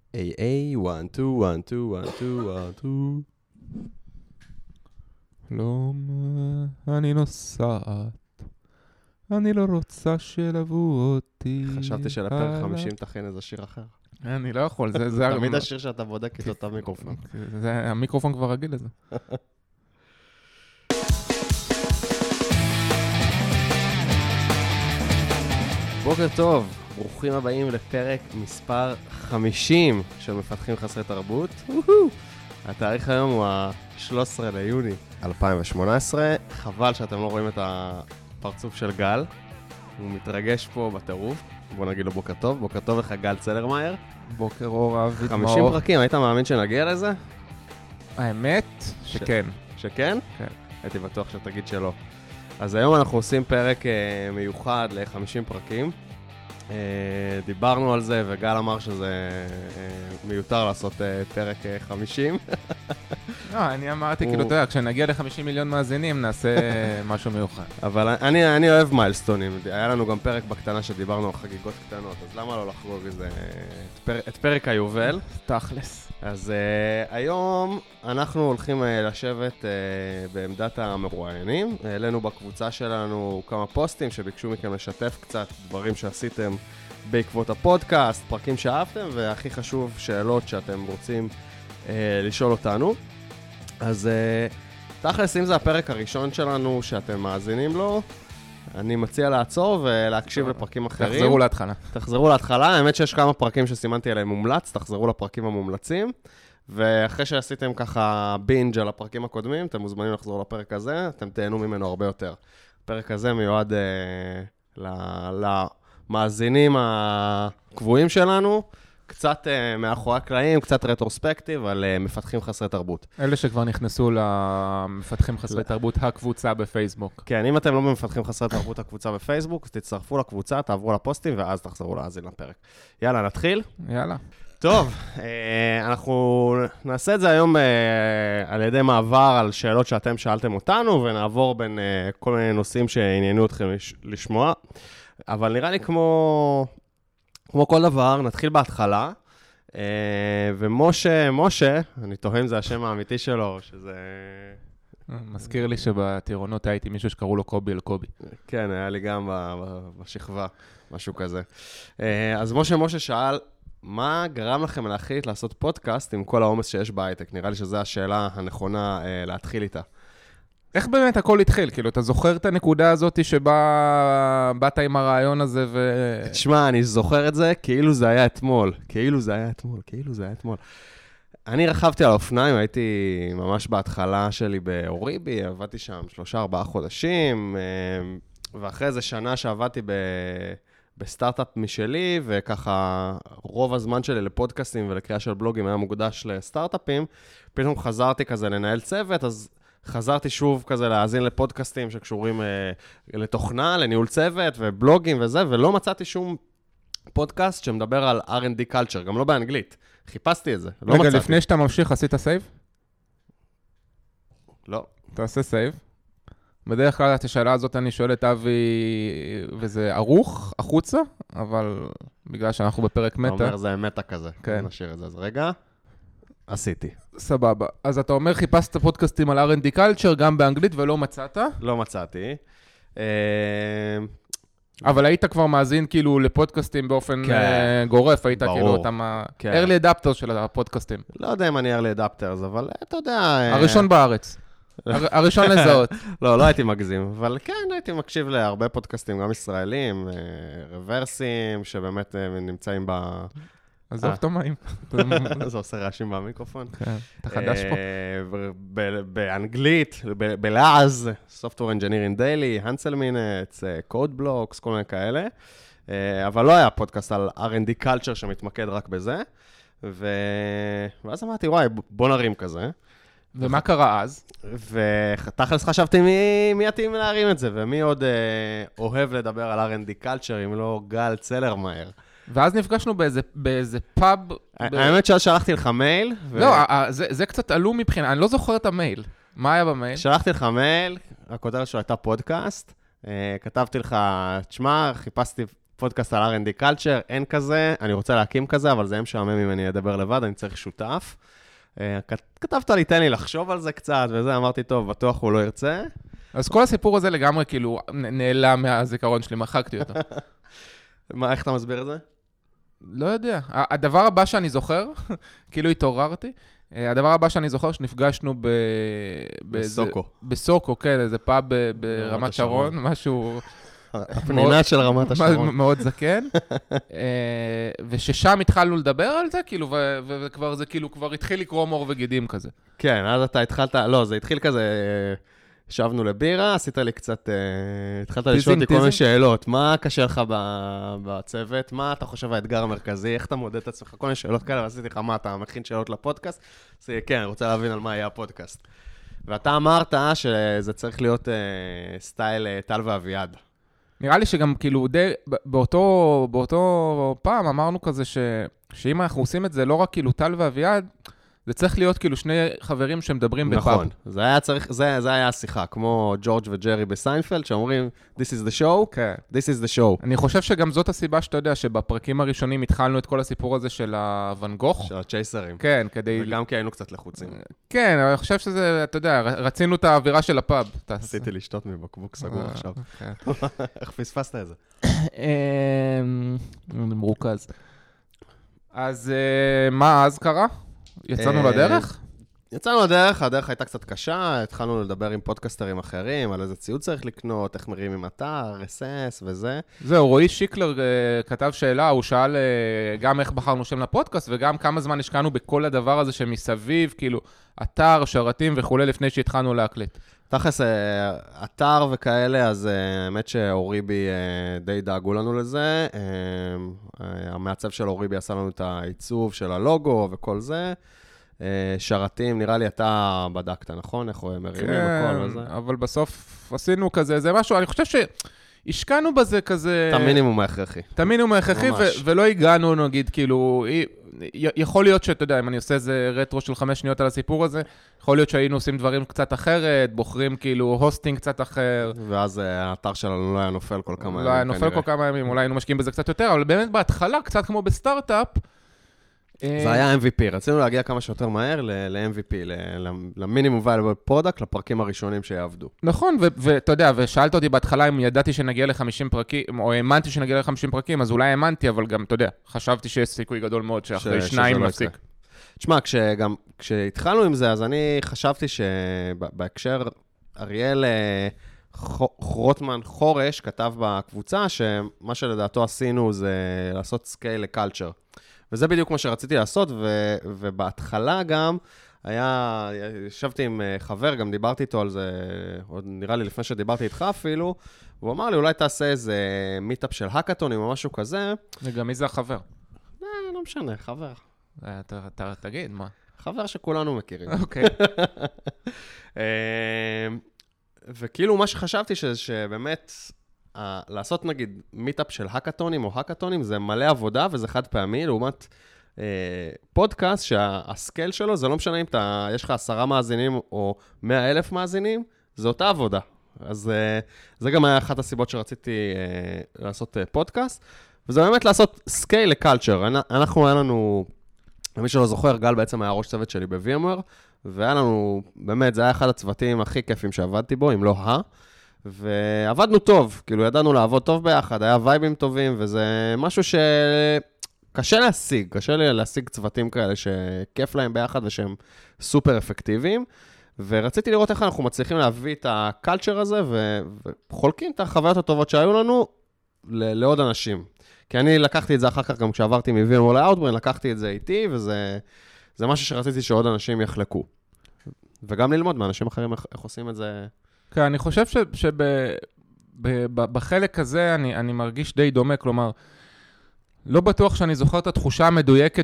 AA, 1, 2, 1, 2, 1, 2, 1, 2. לא, אני נוסעת, אני לא רוצה שלבו אותי. חשבתי שלפרק 50 תכין איזה שיר אחר. אני לא יכול, זה תמיד השיר שאתה בודק איתו את המיקרופון. המיקרופון כבר רגיל לזה. בוקר טוב, ברוכים הבאים לפרק מספר 50 של מפתחים חסרי תרבות. התאריך היום הוא ה-13 ליוני 2018. חבל שאתם לא רואים את הפרצוף של גל. הוא מתרגש פה בטירוף. בוא נגיד לו בוקר טוב. בוקר טוב לך גל צלרמייר. בוקר אור אבי 50 פרקים, היית מאמין שנגיע לזה? האמת שכן. שכן? כן. הייתי בטוח שתגיד שלא. אז היום אנחנו עושים פרק מיוחד ל-50 פרקים. דיברנו על זה וגל אמר שזה מיותר לעשות פרק 50. לא, אני אמרתי כאילו, אתה יודע, כשנגיע ל-50 מיליון מאזינים נעשה משהו מיוחד. אבל אני אוהב מיילסטונים. היה לנו גם פרק בקטנה שדיברנו על חגיגות קטנות, אז למה לא לחגוג את פרק היובל? תכלס. אז היום אנחנו הולכים לשבת בעמדת המרואיינים. העלינו בקבוצה שלנו כמה פוסטים שביקשו מכם לשתף קצת דברים שעשיתם בעקבות הפודקאסט, פרקים שאהבתם, והכי חשוב, שאלות שאתם רוצים לשאול אותנו. אז תכלס, אם זה הפרק הראשון שלנו שאתם מאזינים לו, אני מציע לעצור ולהקשיב לפרקים אחרים. תחזרו להתחלה. האמת שיש כמה פרקים שסימנתי עליהם מומלץ, תחזרו לפרקים המומלצים. ואחרי שעשיתם ככה בינג' על הפרקים הקודמים, אתם מוזמנים לחזור לפרק הזה, אתם תהנו ממנו הרבה יותר. הפרק הזה מיועד למאזינים הקבועים שלנו, קצת מאחורי הקלעים, קצת רטרוספקטיב על מפתחים חסרי תרבות. אלה שכבר נכנסו למפתחים חסרי תרבות, הקבוצה בפייסבוק. כן, אם אתם לא במפתחים חסרי תרבות, הקבוצה בפייסבוק, תצטרפו לקבוצה, תעברו לפוסטים, ואז תחזרו להאזין לפרק. יאללה, נתחיל? יאללה. טוב, אנחנו נעשה את זה היום על ידי מעבר על שאלות שאתם שאלתם אותנו, ונעבור בין כל מיני נושאים שעניינו אתכם לשמוע. אבל נראה לי כמו כל דבר, נתחיל בהתחלה. ומשה, אני תוהה אם זה השם האמיתי שלו, שזה... מזכיר לי שבטירונות הייתי מישהו שקראו לו קובי אל קובי. כן, היה לי גם בשכבה, משהו כזה. אז משה שאל, מה גרם לכם להחליט לעשות פודקאסט עם כל העומס שיש בהייטק? נראה לי שזו השאלה הנכונה להתחיל איתה. איך באמת הכל התחיל? כאילו, אתה זוכר את הנקודה הזאת שבה באת עם הרעיון הזה תשמע, אני זוכר את זה כאילו זה היה אתמול. אני רכבתי על האופניים, הייתי ממש בהתחלה שלי באוריבי, עבדתי שם 3-4 חודשים, ואחרי איזה שנה שעבדתי בסטארט-אפ משלי, וככה רוב הזמן שלי לפודקאסטים ולקריאה של בלוגים היה מוקדש לסטארט-אפים, פתאום חזרתי כזה לנהל צוות, אז חזרתי שוב כזה להאזין לפודקאסטים שקשורים לתוכנה, לניהול צוות ובלוגים וזה, ולא מצאתי שום פודקאסט שמדבר על R&D culture, גם לא באנגלית. חיפשתי את זה, לא מצאתי. רגע, לפני שאתה ממשיך, עשית סייב? לא. תעשה סייב. בדרך כלל את השאלה הזאת אני שואל את אבי, וזה ערוך, החוצה, אבל בגלל שאנחנו בפרק מטה. אתה אומר, זה מטה כזה. כן. נשאיר את זה. אז רגע, עשיתי. סבבה. אז אתה אומר, חיפשת פודקאסטים על R&D culture, גם באנגלית, ולא מצאת? לא מצאתי. אבל היית כבר מאזין כאילו לפודקאסטים באופן גורף, היית כאילו אתה early adapter של הפודקאסטים. לא יודע אם אני early adapters, אבל אתה יודע... הראשון בארץ. הראשון לזהות. לא הייתי מגזים, אבל כן, הייתי מקשיב להרבה פודקאסטים, גם ישראלים, רוורסים, שבאמת נמצאים ב... עזוב את המים. זה עושה רעשים במיקרופון. כן, אתה חדש פה. באנגלית, בלעז, Software Engineering Daily, Hansel Minutes, Code Blocks, כל מיני כאלה. אבל לא היה פודקאסט על R&D Culture שמתמקד רק בזה. ואז אמרתי, וואי, בוא נרים כזה. ומה קרה אז? ותכלס חשבתי מי יתאים להרים את זה, ומי עוד אוהב לדבר על R&D Culture, אם לא גל צלרמייר. ואז נפגשנו באיזה פאב. האמת ששלחתי לך מייל. לא, זה קצת עלו מבחינה, אני לא זוכר את המייל. מה היה במייל? שלחתי לך מייל, הכותרת שלו הייתה פודקאסט. כתבתי לך, תשמע, חיפשתי פודקאסט על R&D Culture, אין כזה, אני רוצה להקים כזה, אבל זה הם משעמם אם אני אדבר לבד, אני צריך שותף. כתבת לי, תן לי לחשוב על זה קצת, וזה, אמרתי, טוב, בטוח הוא לא ירצה. אז כל הסיפור הזה לגמרי כאילו נעלם מהזיכרון שלי, מחקתי אותו. מה, איך אתה מסביר את זה? לא יודע. הדבר הבא שאני זוכר, כאילו התעוררתי, הדבר הבא שאני זוכר שנפגשנו בסוקו. בסוקו, כן, איזה פאב ברמת שרון, משהו... הפנינה של רמת השרון. מאוד זקן. וששם התחלנו לדבר על זה, כאילו, וכבר זה כאילו כבר התחיל לקרוא מור וגידים כזה. כן, אז אתה התחלת, לא, זה התחיל כזה, שבנו לבירה, עשית לי קצת, התחלת לשאול אותי כל מיני שאלות, מה קשה לך בצוות, מה אתה חושב האתגר המרכזי, איך אתה מודד את עצמך, כל מיני שאלות כאלה, ועשיתי לך מה, אתה מכין שאלות לפודקאסט? אז כן, אני רוצה להבין על מה יהיה הפודקאסט. ואתה אמרת שזה צריך להיות סטייל טל ואביעד. נראה לי שגם כאילו די, באותו פעם אמרנו כזה שאם אנחנו עושים את זה לא רק כאילו טל ואביעד, זה צריך להיות כאילו שני חברים שמדברים בפאב. נכון, זה היה השיחה, כמו ג'ורג' וג'רי בסיינפלד, שאומרים, this is the show, this is the show. אני חושב שגם זאת הסיבה שאתה יודע, שבפרקים הראשונים התחלנו את כל הסיפור הזה של הוואן גוך. של הצ'ייסרים. כן, כדי... וגם כי היינו קצת לחוצים. כן, אני חושב שזה, אתה יודע, רצינו את האווירה של הפאב. עשיתי לשתות מבקבוק סגור עכשיו. איך פספסת את זה? מרוכז. אז מה אז קרה? יצאנו לדרך? יצאנו לדרך, הדרך הייתה קצת קשה, התחלנו לדבר עם פודקאסטרים אחרים, על איזה ציוד צריך לקנות, איך מרימים אתר, RSS וזה. זהו, רועי שיקלר כתב שאלה, הוא שאל גם איך בחרנו שם לפודקאסט, וגם כמה זמן השקענו בכל הדבר הזה שמסביב, כאילו, אתר, שרתים וכו', לפני שהתחלנו להקליט. תכלס, אתר וכאלה, אז האמת שאוריבי די דאגו לנו לזה. המעצב של אוריבי עשה לנו את העיצוב של הלוגו וכל זה. שרתים, נראה לי אתה בדקת, נכון? איך רואים מרימים וכל וזה? כן, אבל בסוף עשינו כזה, זה משהו, אני חושב שהשקענו בזה כזה... את המינימום ההכרחי. את המינימום ההכרחי, ולא הגענו, נגיד, כאילו... יכול להיות שאתה יודע, אם אני עושה איזה רטרו של 5 שניות על הסיפור הזה, יכול להיות שהיינו עושים דברים קצת אחרת, בוחרים כאילו הוסטינג קצת אחר. ואז האתר שלנו לא היה נופל כל כמה ימים. לא היה נופל כל כמה ימים, אולי היינו משקיעים בזה קצת יותר, אבל באמת בהתחלה, קצת כמו בסטארט-אפ. זה היה MVP, רצינו להגיע כמה שיותר מהר ל-MVP, למינימום valuable product, לפרקים הראשונים שיעבדו. נכון, ואתה יודע, ושאלת אותי בהתחלה אם ידעתי שנגיע ל-50 פרקים, או האמנתי שנגיע ל-50 פרקים, אז אולי האמנתי, אבל גם, אתה יודע, חשבתי שיש סיכוי גדול מאוד שאחרי 2 נפסיק. תשמע, כשהתחלנו עם זה, אז אני חשבתי שבהקשר, אריאל רוטמן חורש כתב בקבוצה, שמה שלדעתו עשינו זה לעשות סקייל לקלצ'ר. וזה בדיוק מה שרציתי לעשות, ובהתחלה גם ישבתי עם חבר, גם דיברתי איתו על זה, עוד נראה לי לפני שדיברתי איתך אפילו, והוא אמר לי, אולי תעשה איזה מיטאפ של האקתונים או משהו כזה. וגם מי זה החבר? לא משנה, חבר. תגיד, מה? חבר שכולנו מכירים. אוקיי. וכאילו מה שחשבתי שבאמת... לעשות נגיד מיטאפ של האקתונים או האקתונים זה מלא עבודה וזה חד פעמי, לעומת פודקאסט שהסקייל שלו זה לא משנה אם יש לך 10 מאזינים או 100,000 מאזינים, זה אותה עבודה. אז זה גם היה אחת הסיבות שרציתי לעשות פודקאסט, וזה באמת לעשות סקייל לקלצ'ר. אנחנו היה לנו, למי שלא זוכר, גל בעצם היה ראש צוות שלי ב-VMware, והיה לנו, באמת, זה היה אחד הצוותים הכי כיפים שעבדתי בו, אם לא ועבדנו טוב, כאילו ידענו לעבוד טוב ביחד, היה וייבים טובים, וזה משהו שקשה להשיג צוותים כאלה שכיף להם ביחד ושהם סופר אפקטיביים, ורציתי לראות איך אנחנו מצליחים להביא את הקלצ'ר הזה, וחולקים את החוויות הטובות שהיו לנו לעוד אנשים. כי אני לקחתי את זה אחר כך גם כשעברתי מ-VMware ל-Outbrain, לקחתי את זה איתי, וזה משהו שרציתי שעוד אנשים יחלקו. וגם ללמוד מאנשים אחרים איך עושים את זה. כן, אני חושב שבחלק הזה אני מרגיש די דומה, כלומר, לא בטוח שאני זוכר את התחושה המדויקת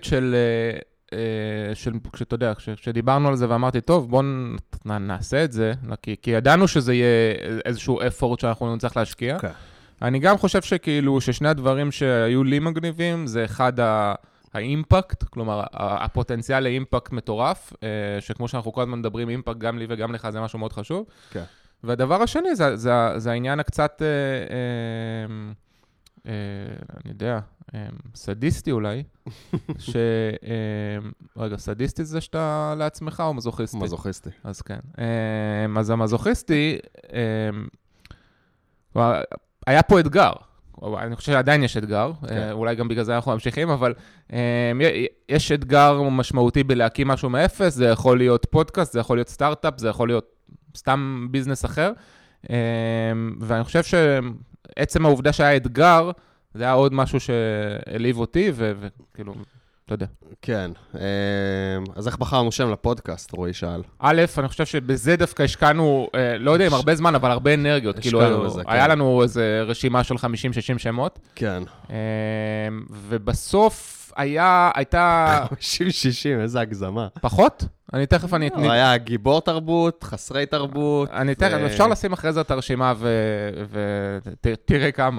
כשאתה יודע, כשדיברנו על זה ואמרתי, טוב, בואו נעשה את זה, כי ידענו שזה יהיה איזשהו effort שאנחנו נצטרך להשקיע. אני גם חושב שכאילו, ששני הדברים שהיו לי מגניבים, זה אחד האימפקט, כלומר, הפוטנציאל לאימפקט מטורף, שכמו שאנחנו כל הזמן מדברים, אימפקט גם לי וגם לך, זה משהו מאוד חשוב. כן. והדבר השני, זה העניין הקצת אני יודע, סדיסטי אולי, רגע, סדיסטי זה שאתה לעצמך או מזוכיסטי? מזוכיסטי. אז כן. אז המזוכיסטי, היה פה אתגר. אני חושב שעדיין יש אתגר, אולי גם בגלל זה אנחנו ממשיכים, אבל יש אתגר משמעותי בלהקים משהו מאפס, זה יכול להיות פודקאסט, זה יכול להיות סטארט-אפ, זה יכול להיות סתם ביזנס אחר, ואני חושב שעצם העובדה שהיה אתגר, זה היה עוד משהו שהעליב אותי, וכאילו, אתה יודע. כן, אז איך בחרנו שם לפודקאסט, רועי שאל? א', אני חושב שבזה דווקא השקענו, לא יודע אם הרבה זמן, אבל הרבה אנרגיות. כאילו, היה לנו איזו רשימה של 50-60 שמות. כן. ובסוף הייתה... 50-60, איזה הגזמה. פחות? אני תכף... היה גיבור תרבות, חסרי תרבות. אני תכף, אפשר לשים אחרי זה את הרשימה ותראה כמה.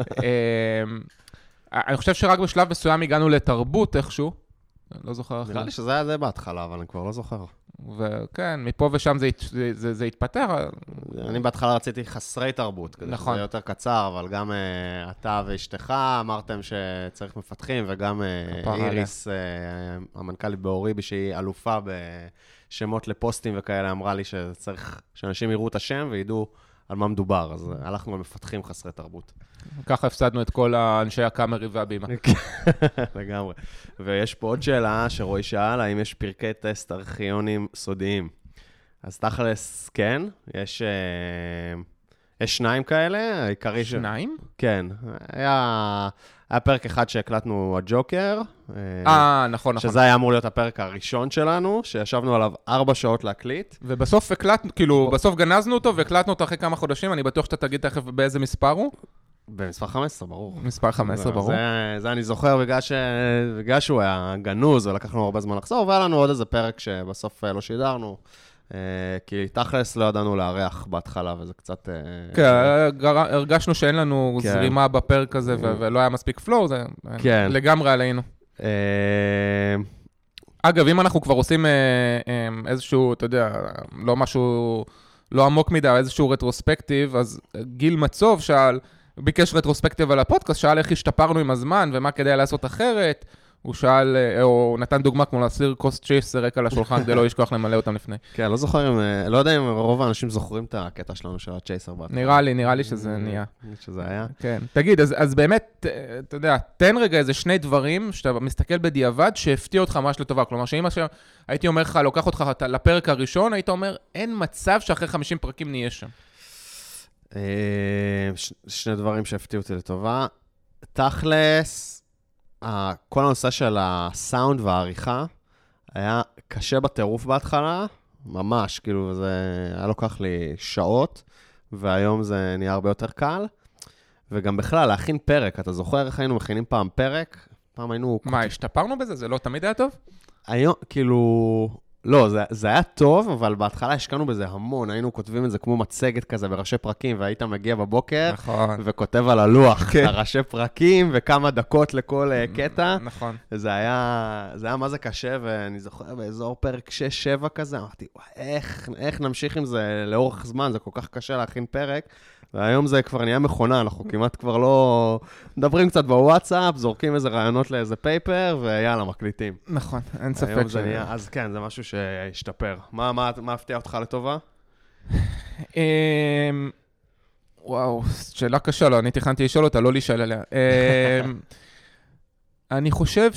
אני חושב שרק בשלב מסוים הגענו לתרבות איכשהו, לא זוכר אחרי. נראה לי שזה היה זה בהתחלה, אבל אני כבר לא זוכר. וכן, מפה ושם זה התפתח. אני בהתחלה רציתי חסרי תרבות, כדי שזה יהיה יותר קצר, אבל גם אתה ואשתך אמרתם שצריך מפתחים, וגם איריס, המנכ"לית באוריבי, שהיא אלופה בשמות לפוסטים וכאלה, אמרה לי שצריך שאנשים יראו את השם וידעו על מה מדובר, אז הלכנו למפתחים חסרי תרבות. ככה הפסדנו את כל האנשי הקאמרי והבימה. לגמרי. ויש פה עוד שאלה שרועי שאל, האם יש פרקי טסט ארכיונים סודיים? אז תכלס, כן, יש שניים כאלה, העיקרי שניים? כן, היה פרק אחד שהקלטנו הג'וקר. נכון. שזה היה אמור להיות הפרק הראשון שלנו, שישבנו עליו 4 שעות להקליט. ובסוף הקלטנו, כאילו, בסוף גנזנו אותו והקלטנו אותו אחרי כמה חודשים, אני בטוח שאתה תגיד תכף באיזה מספר הוא. במספר 15, ברור. מספר 15, ברור. זה אני זוכר בגלל שהוא היה גנוז, ולקחנו הרבה זמן לחזור, והיה לנו עוד איזה פרק שבסוף לא שידרנו, כי תכלס לא ידענו לארח בהתחלה, וזה קצת... כן, הרגשנו שאין לנו זרימה בפרק הזה, ולא היה מספיק פלואו, זה לגמרי עלינו. אגב, אם אנחנו כבר עושים איזשהו, אתה יודע, לא משהו, לא עמוק מדי, איזשהו רטרוספקטיב, אז גיל מצוב שאל, ביקש רטרוספקטיב על הפודקאסט, שאל איך השתפרנו עם הזמן, ומה כדאי לעשות אחרת. הוא שאל, או נתן דוגמה כמו להסיר כוס צ'ייס ריק על השולחן, כדי לא לשכוח למלא אותם לפני. כן, לא זוכר, לא יודע אם רוב האנשים זוכרים את הקטע שלנו של הצ'ייסר בהתחלה. נראה לי שזה נהיה. שזה היה. כן. תגיד, אז באמת, אתה יודע, תן רגע איזה 2 דברים, שאתה מסתכל בדיעבד, שהפתיע אותך ממש לטובה. כלומר, שאם הייתי אומר לך, לוקח אותך לפרק הראשון, היית אומר, אין מצב שאחרי 50 פרקים נהיה שם. 2 דברים שהפתיעו אותי לטובה. תכלס, כל הנושא של הסאונד והעריכה היה קשה בטירוף בהתחלה, ממש, כאילו זה היה לוקח לי שעות, והיום זה נהיה הרבה יותר קל, וגם בכלל להכין פרק, אתה זוכר איך היינו מכינים פעם פרק? פעם היינו... מה, השתפרנו בזה? זה לא תמיד היה טוב? היום, כאילו... לא, זה היה טוב, אבל בהתחלה השקענו בזה המון, היינו כותבים את זה כמו מצגת כזה בראשי פרקים, והיית מגיע בבוקר, וכותב על הלוח, הראשי פרקים, וכמה דקות לכל קטע. נכון. זה היה מה זה קשה, ואני זוכר באזור פרק 6-7 כזה, אמרתי, איך נמשיך עם זה לאורך זמן, זה כל כך קשה להכין פרק, והיום זה כבר נהיה מכונה, אנחנו כמעט כבר לא... מדברים קצת בוואטסאפ, זורקים איזה רעיונות לאיזה פייפר, ויאללה, מקליטים. נכון, אין ספק ש... אז כן, זה משהו שהשתפר. מה הפתיע אותך לטובה? וואו, שאלה קשה, לא, אני תכנתי לשאול אותה, לא להישאל עליה. אני חושב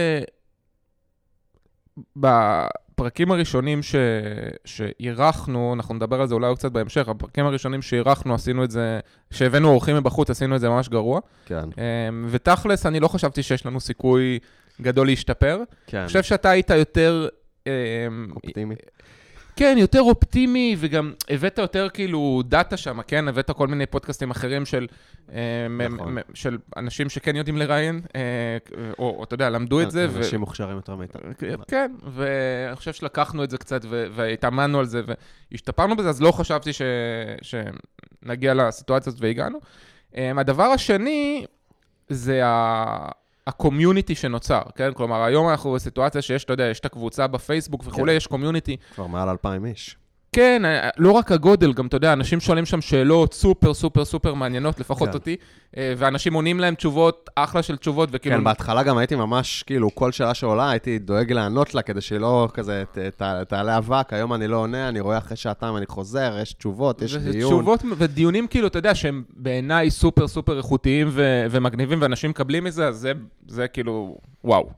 בפרקים הראשונים שעירכנו, אנחנו נדבר על זה אולי קצת בהמשך, הפרקים הראשונים שעירכנו, עשינו את זה, שהבאנו אורחים מבחוץ, עשינו את זה ממש גרוע. כן. ותכלס, אני לא חשבתי שיש לנו סיכוי גדול להשתפר. כן. אני חושב שאתה היית יותר... אופטימי. כן, יותר אופטימי, וגם הבאת יותר כאילו דאטה שם, כן? הבאת כל מיני פודקאסטים אחרים של אנשים שכן יודעים לראיין, או אתה יודע, למדו את זה. אנשים מוכשרים יותר מאיתנו. כן, ואני חושב שלקחנו את זה קצת, והתאמנו על זה, והשתפרנו בזה, אז לא חשבתי שנגיע לסיטואציה הזאת והגענו. הדבר השני, זה הקומיוניטי שנוצר, כן? כלומר, היום אנחנו בסיטואציה שיש, אתה יודע, יש את הקבוצה בפייסבוק וכולי, יש קומיוניטי. כבר מעל 2,000 איש. כן, לא רק הגודל, גם אתה יודע, אנשים שואלים שם שאלות סופר, סופר, סופר מעניינות, לפחות אותי, ואנשים עונים להם תשובות, אחלה של תשובות, וכאילו... כן, בהתחלה גם הייתי ממש, כאילו, כל שאלה שעולה, הייתי דואג לענות לה, כדי שהיא לא כזה תעלה אבק, היום אני לא עונה, אני רואה אחרי שעתיים, אני חוזר, יש תשובות, יש דיון. תשובות ודיונים, כאילו, אתה יודע, שהם בעיניי סופר, סופר איכותיים ומגניבים, ואנשים מקבלים מזה, אז זה כאילו, וואו.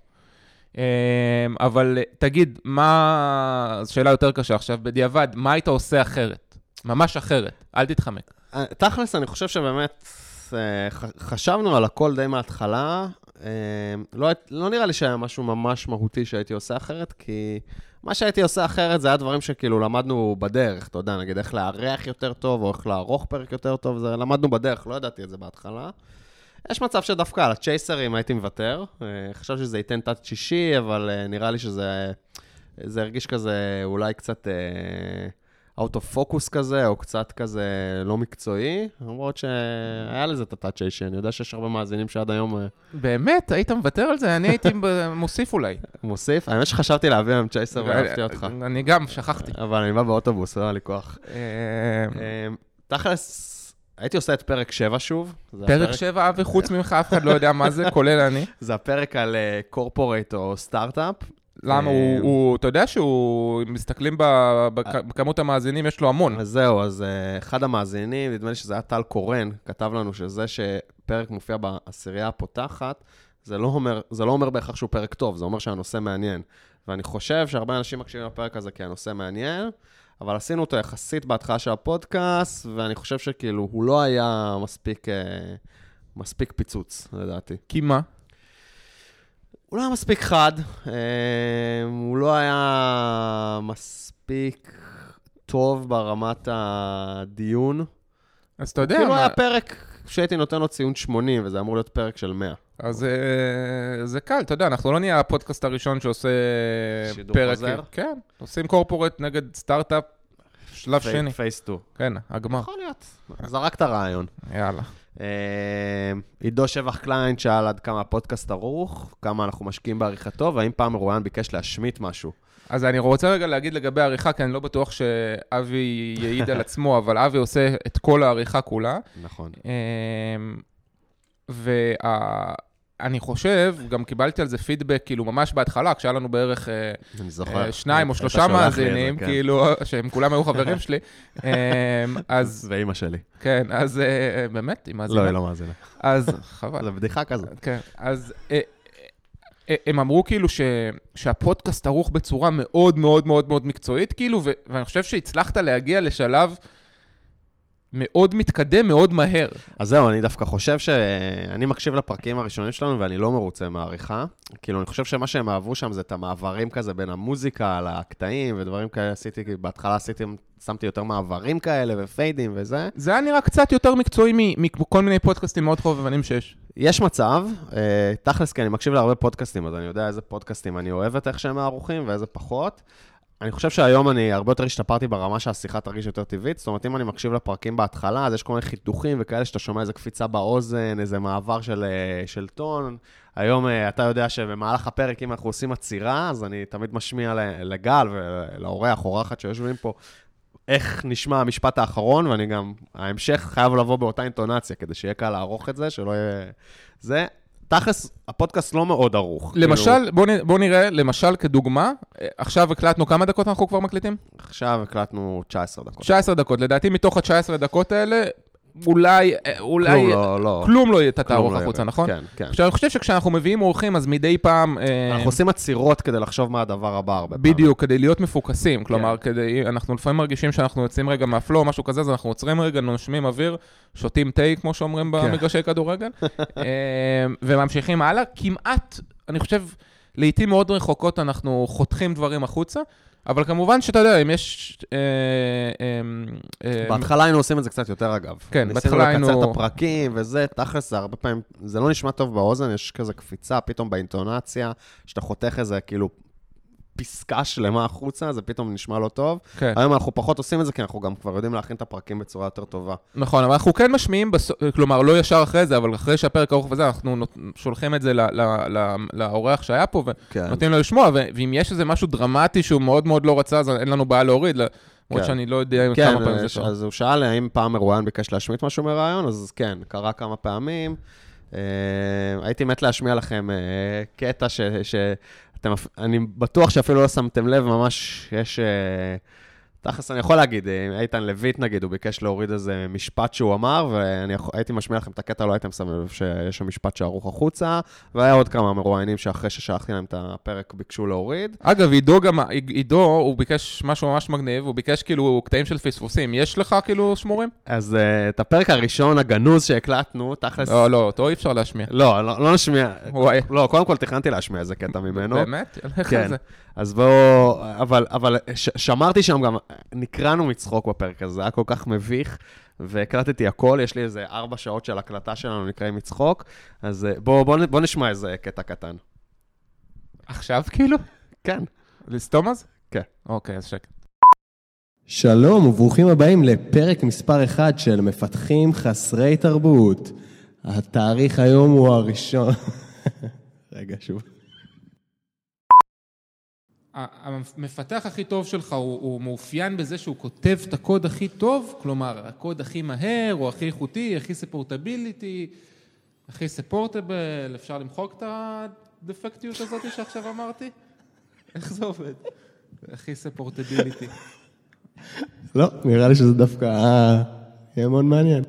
אבל תגיד, מה, שאלה יותר קשה עכשיו, בדיעבד, מה היית עושה אחרת? ממש אחרת, אל תתחמק. תכלס, אני חושב שבאמת חשבנו על הכל די מההתחלה, לא נראה לי שהיה משהו ממש מהותי שהייתי עושה אחרת, כי מה שהייתי עושה אחרת זה היה דברים שכאילו למדנו בדרך, אתה יודע, נגיד איך לארח יותר טוב, או איך לערוך פרק יותר טוב, זה למדנו בדרך, לא ידעתי את זה בהתחלה. יש מצב שדווקא על הצ'ייסרים הייתי מוותר, חשב שזה ייתן תת שישי, אבל נראה לי שזה הרגיש כזה אולי קצת out of focus כזה, או קצת כזה לא מקצועי, למרות שהיה לזה את התת שישי, אני יודע שיש הרבה מאזינים שעד היום... באמת? היית מוותר על זה? אני הייתי מוסיף אולי. מוסיף? האמת שחשבתי להביא היום צ'ייסר ואהבתי אותך. אני גם, שכחתי. אבל אני בא באוטובוס, לא היה לי כוח. תכלס... הייתי עושה את פרק 7 שוב. פרק 7, אבי, חוץ ממך, אף אחד לא יודע מה זה, כולל אני. זה הפרק על קורפורייט או סטארט-אפ. למה? אתה יודע שהוא, מסתכלים בכמות המאזינים, יש לו המון. אז זהו, אז אחד המאזינים, נדמה לי שזה היה טל קורן, כתב לנו שזה שפרק מופיע בעשירייה הפותחת, זה לא אומר בהכרח שהוא פרק טוב, זה אומר שהנושא מעניין. ואני חושב שהרבה אנשים מקשיבים לפרק הזה כי הנושא מעניין, אבל עשינו אותו יחסית בהתחלה של הפודקאסט, ואני חושב שכאילו הוא לא היה מספיק פיצוץ, לדעתי. כי מה? הוא לא היה מספיק חד, הוא לא היה מספיק טוב ברמת הדיון. אז אתה יודע... כאילו היה פרק שהייתי נותן לו ציון 80, וזה אמור להיות פרק של 100. אז זה קל, אתה יודע, אנחנו לא נהיה הפודקאסט הראשון שעושה שידור פרק. חוזר? כן. עושים קורפורט נגד סטארט-אפ, שלב שני. פייס 2. כן, הגמר. יכול להיות. זרק את הרעיון. יאללה. עידו שבח קליין שאל עד כמה הפודקאסט ערוך, כמה אנחנו משקיעים בעריכתו, והאם פעם מרואיין ביקש להשמיט משהו. אז אני רוצה רגע להגיד לגבי העריכה, כי אני לא בטוח שאבי יעיד על עצמו, אבל אבי עושה את כל העריכה כולה. נכון. ואני חושב, גם קיבלתי על זה פידבק, כאילו ממש בהתחלה, כשהיה לנו בערך 2 או 3 מאזינים, כאילו, שהם כולם היו חברים שלי. ואימא שלי. כן, אז באמת, היא מאזינה. לא, היא לא מאזינה. אז חבל. זה בדיחה כזאת. כן, אז... הם אמרו כאילו שהפודקאסט ערוך בצורה מאוד מאוד מאוד מאוד מקצועית, כאילו, ואני חושב שהצלחת להגיע לשלב מאוד מתקדם, מאוד מהר. אז זהו, אני דווקא חושב שאני מקשיב לפרקים הראשונים שלנו, ואני לא מרוצה מהעריכה. כאילו, אני חושב שמה שהם אהבו שם זה את המעברים כזה בין המוזיקה לקטעים, ודברים כאלה עשיתי, בהתחלה שמתי יותר מעברים כאלה, ופיידים וזה. זה היה נראה קצת יותר מקצועי מכל מיני פודקאסטים מאוד חובבנים שיש. יש מצב, תכלס, כי אני מקשיב להרבה פודקאסטים, אז אני יודע איזה פודקאסטים אני אוהב את איך שהם מערוכים, ואיזה פחות. אני חושב שהיום אני הרבה יותר השתפרתי ברמה שהשיחה תרגיש יותר טבעית, זאת אומרת, אם אני מקשיב לפרקים בהתחלה, אז יש כל מיני חיתוכים וכאלה שאתה שומע איזה קפיצה באוזן, איזה מעבר של טון. היום אתה יודע שבמהלך הפרק, אם אנחנו עושים עצירה, אז אני תמיד משמיע לגל ולאורח, אורחת שיושבים פה, איך נשמע המשפט האחרון, ואני גם, ההמשך חייב לבוא באותה אינטונציה, כדי שיהיה קל לערוך את זה, שלא יהיה... זה... תכלס, הפודקאסט לא מאוד ערוך. למשל, בוא נראה, למשל כדוגמה, עכשיו הקלטנו כמה דקות אנחנו כבר מקליטים? עכשיו הקלטנו 19 דקות. 19 דקות, לדעתי מתוך ה-19 דקות האלה, אולי, כלום לא יהיה תערוך החוצה, נכון? כן, כן. עכשיו, אני חושב שכשאנחנו מביאים אורחים, אז מדי פעם... אנחנו עושים עצירות כדי לחשוב מה הדבר הבא הרבה פעמים. בדיוק, כדי להיות מפוקסים, כלומר, אנחנו לפעמים מרגישים שאנחנו יוצאים רגע מהפלו, משהו כזה, אז אנחנו עוצרים רגע, נושמים אוויר, שותים תה, כמו שאומרים במגרשי כדורגל, וממשיכים הלאה. כמעט, אני חושב, לעתים מאוד רחוקות אנחנו חותכים דברים החוצה, אבל כמובן שאתה יודע, אם יש... בהתחלה היינו עושים את זה קצת יותר אגב. כן, בהתחלה היינו... ניסינו לקצר את הפרקים וזה, תכלס זה הרבה פעמים, זה לא נשמע טוב באוזן, יש כזה קפיצה פתאום באינטונציה, שאתה חותך איזה כאילו פסקה שלמה החוצה, זה פתאום נשמע לא טוב. כן. היום אנחנו פחות עושים את זה, כי אנחנו גם כבר יודעים להכין את הפרקים בצורה יותר טובה. נכון, אבל אנחנו כן משמיעים, כלומר, לא ישר אחרי זה, אבל אחרי שהפרק ארוך וזה, אנחנו שולחים את זה לאורח שהיה פה, ונותנים לו לשמוע, ואם יש איזה משהו דרמטי שהוא מאוד מאוד לא רצה, אז אין לנו בעיה להוריד, למרות שאני לא יודע כמה פעמים זה טוב. אז הוא שאל האם פעם מרואיין ביקש להשמיט משהו מרעיון, אז כן, קרה כמה פעמים. הייתי מת להשמיע לכם קטע אני בטוח שאפילו לא שמתם לב, ממש יש... תכלס, אני יכול להגיד, איתן לויט נגיד, הוא ביקש להוריד איזה משפט שהוא אמר, ואני הייתי משמיע לכם את הקטע, לא הייתם שמים לב שיש שם משפט שערוך החוצה, והיה עוד כמה מרואיינים שאחרי ששלחתי להם את הפרק ביקשו להוריד. אגב, עידו, הוא ביקש משהו ממש מגניב, הוא ביקש כאילו קטעים של פספוסים. יש לך כאילו שמורים? אז את הפרק הראשון, הגנוז שהקלטנו, תכלס... לא, אותו אי אפשר להשמיע. לא נשמיע. לא, קודם כל תכננתי להשמיע איזה קטע ממנו. באמת? כן. אז בואו, אבל שמרתי שם גם, נקרנו מצחוק בפרק הזה, זה היה כל כך מביך, והקלטתי הכל, יש לי איזה 4 שעות של הקלטה שלנו נקראים מצחוק, אז בואו נשמע איזה קטע קטן. עכשיו כאילו? כן. לסתום אז? כן. אוקיי, אז שקט. שלום וברוכים הבאים לפרק מספר 1 של מפתחים חסרי תרבות. התאריך היום הוא הראשון. רגע, שוב. המפתח הכי טוב שלך הוא מאופיין בזה שהוא כותב את הקוד הכי טוב, כלומר, הקוד הכי מהר, או הכי איכותי, הכי ספורטביליטי, הכי ספורטבל, אפשר למחוק את הדפקטיות הזאת שעכשיו אמרתי? איך זה עובד? הכי ספורטביליטי. לא, נראה לי שזה דווקא יהיה מאוד מעניין.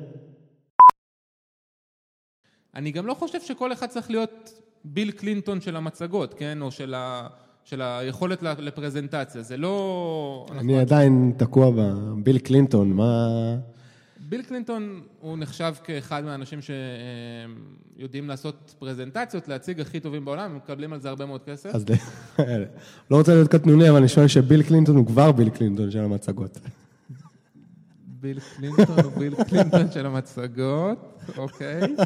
אני גם לא חושב שכל אחד צריך להיות ביל קלינטון של המצגות, כן? או של היכולת לפרזנטציה, זה לא... אני עדיין תקוע בביל קלינטון, מה... ביל קלינטון הוא נחשב כאחד מהאנשים שיודעים לעשות פרזנטציות, להציג הכי טובים בעולם, הם מקבלים על זה הרבה מאוד כסף. אז לא רוצה להיות קטנוני, אבל אני שואל שביל קלינטון הוא כבר ביל קלינטון של המצגות. ביל קלינטון הוא ביל קלינטון של המצגות, אוקיי.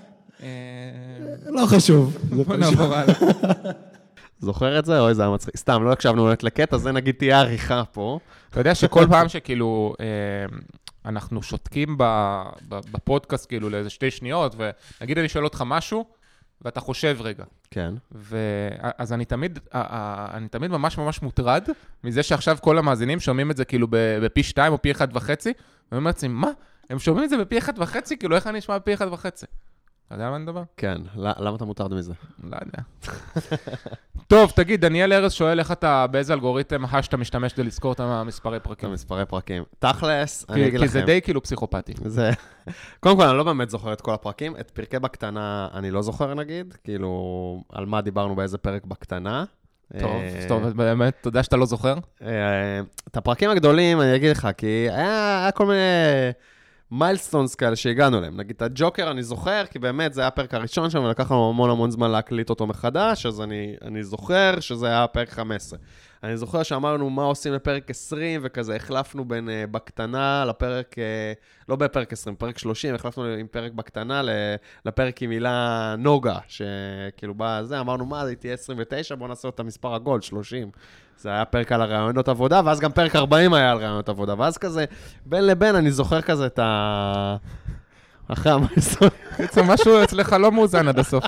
לא חשוב. בוא נעבור הלאה. זוכר את זה? אוי, זה היה מצחיק. סתם, לא הקשבנו לקטע, זה נגיד תהיה עריכה פה. אתה יודע שכל פעם שכאילו אנחנו שותקים בפודקאסט כאילו לאיזה 2 שניות, ונגיד אני שואל אותך משהו, ואתה חושב רגע. כן. אז אני תמיד ממש ממש מוטרד, מזה שעכשיו כל המאזינים שומעים את זה כאילו בפי 2 או פי 1.5, והם אומרים, מה? הם שומעים את זה בפי 1.5? כאילו איך אני אשמע בפי 1.5? אתה יודע על מה אני מדבר? כן, למה אתה מוטרד מזה? לא יודע. טוב, תגיד, דניאל ארז שואל איך אתה, באיזה אלגוריתם שאתה משתמש כדי לזכור את המספרי פרקים. את המספרי פרקים. תכלס, אני אגיד לכם. כי זה די כאילו פסיכופתי. קודם כל, אני לא באמת זוכר את כל הפרקים. את פרקי בקטנה אני לא זוכר נגיד, כאילו, על מה דיברנו באיזה פרק בקטנה. טוב, באמת, תודה שאתה לא זוכר. את הפרקים הגדולים אני אגיד לך, כי היה כל מיני... מיילסטונס כאלה שהגענו להם. נגיד, את הג'וקר אני זוכר, כי באמת זה היה הפרק הראשון שם, ולקח לנו המון זמן להקליט אותו מחדש, אז אני זוכר שזה היה פרק 15. אני זוכר שאמרנו מה עושים לפרק 20, וכזה החלפנו בין בקטנה לפרק, לא בפרק 20, פרק 30, החלפנו עם פרק בקטנה לפרק עם מילה נוגה, שכאילו בא זה, אמרנו מה, זה תהיה 29, בואו נעשה אותה מספר עגול, 30. זה היה פרק על הרעיונות עבודה, ואז גם פרק 40 היה על רעיונות עבודה, ואז כזה, בין לבין אני זוכר כזה את אחרי המייסון. בעצם משהו אצלך לא מאוזן עד הסוף,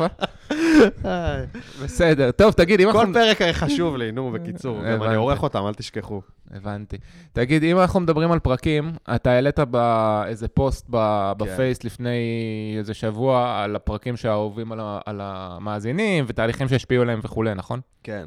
בסדר, טוב, תגיד, אם כל פרק היה חשוב לי, נו, בקיצור, גם אני עורך אותם, אל תשכחו. הבנתי. תגיד, אם אנחנו מדברים על פרקים, אתה העלית באיזה פוסט בפייס לפני איזה שבוע, על הפרקים שהאהובים על המאזינים, ותהליכים שהשפיעו עליהם וכו', נכון? כן,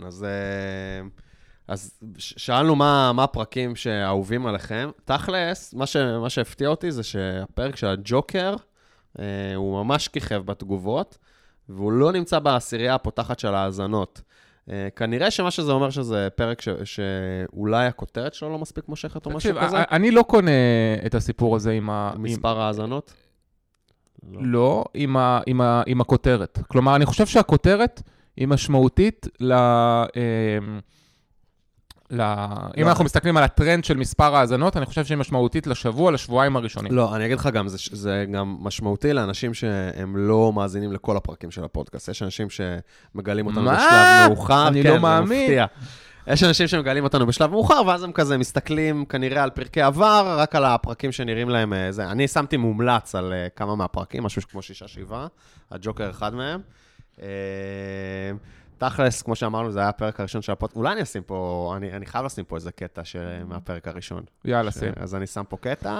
אז שאלנו מה הפרקים שאהובים עליכם. תכלס, מה שהפתיע אותי זה שהפרק של הג'וקר, הוא ממש כיכב בתגובות, והוא לא נמצא בעשירייה הפותחת של האזנות. כנראה שמה שזה אומר שזה פרק שאולי הכותרת שלו לא מספיק מושכת או משהו כזה. אני לא קונה את הסיפור הזה עם מספר האזנות? לא, עם הכותרת. כלומר, אני חושב שהכותרת היא משמעותית אם אנחנו מסתכלים על הטרנד של מספר האזנות, אני חושב שהיא משמעותית לשבוע, לשבועיים הראשונים. לא, אני אגיד לך גם, זה גם משמעותי לאנשים שהם לא מאזינים לכל הפרקים של הפודקאסט. יש אנשים שמגלים אותנו בשלב מאוחר. אני לא מאמין. יש אנשים שמגלים אותנו בשלב מאוחר, ואז הם כזה מסתכלים כנראה על פרקי עבר, רק על הפרקים שנראים להם זה. אני שמתי מומלץ על כמה מהפרקים, משהו כמו 6-7, הג'וקר אחד מהם. תכלס, כמו שאמרנו, זה היה הפרק הראשון של הפודקאסט. אולי אני אשים פה, אני חייב לשים פה איזה קטע מהפרק הראשון. יאללה, שים. אז אני שם פה קטע.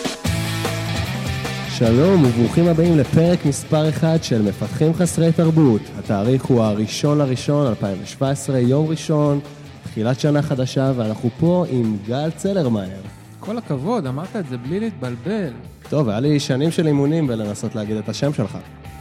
שלום וברוכים הבאים לפרק מספר 1 של מפתחים חסרי תרבות. התאריך הוא 1/1/2017, יום ראשון, תחילת שנה חדשה, ואנחנו פה עם גל צלרמייר. כל הכבוד, אמרת את זה בלי להתבלבל. טוב, היה לי שנים של אימונים בלנסות להגיד את השם שלך.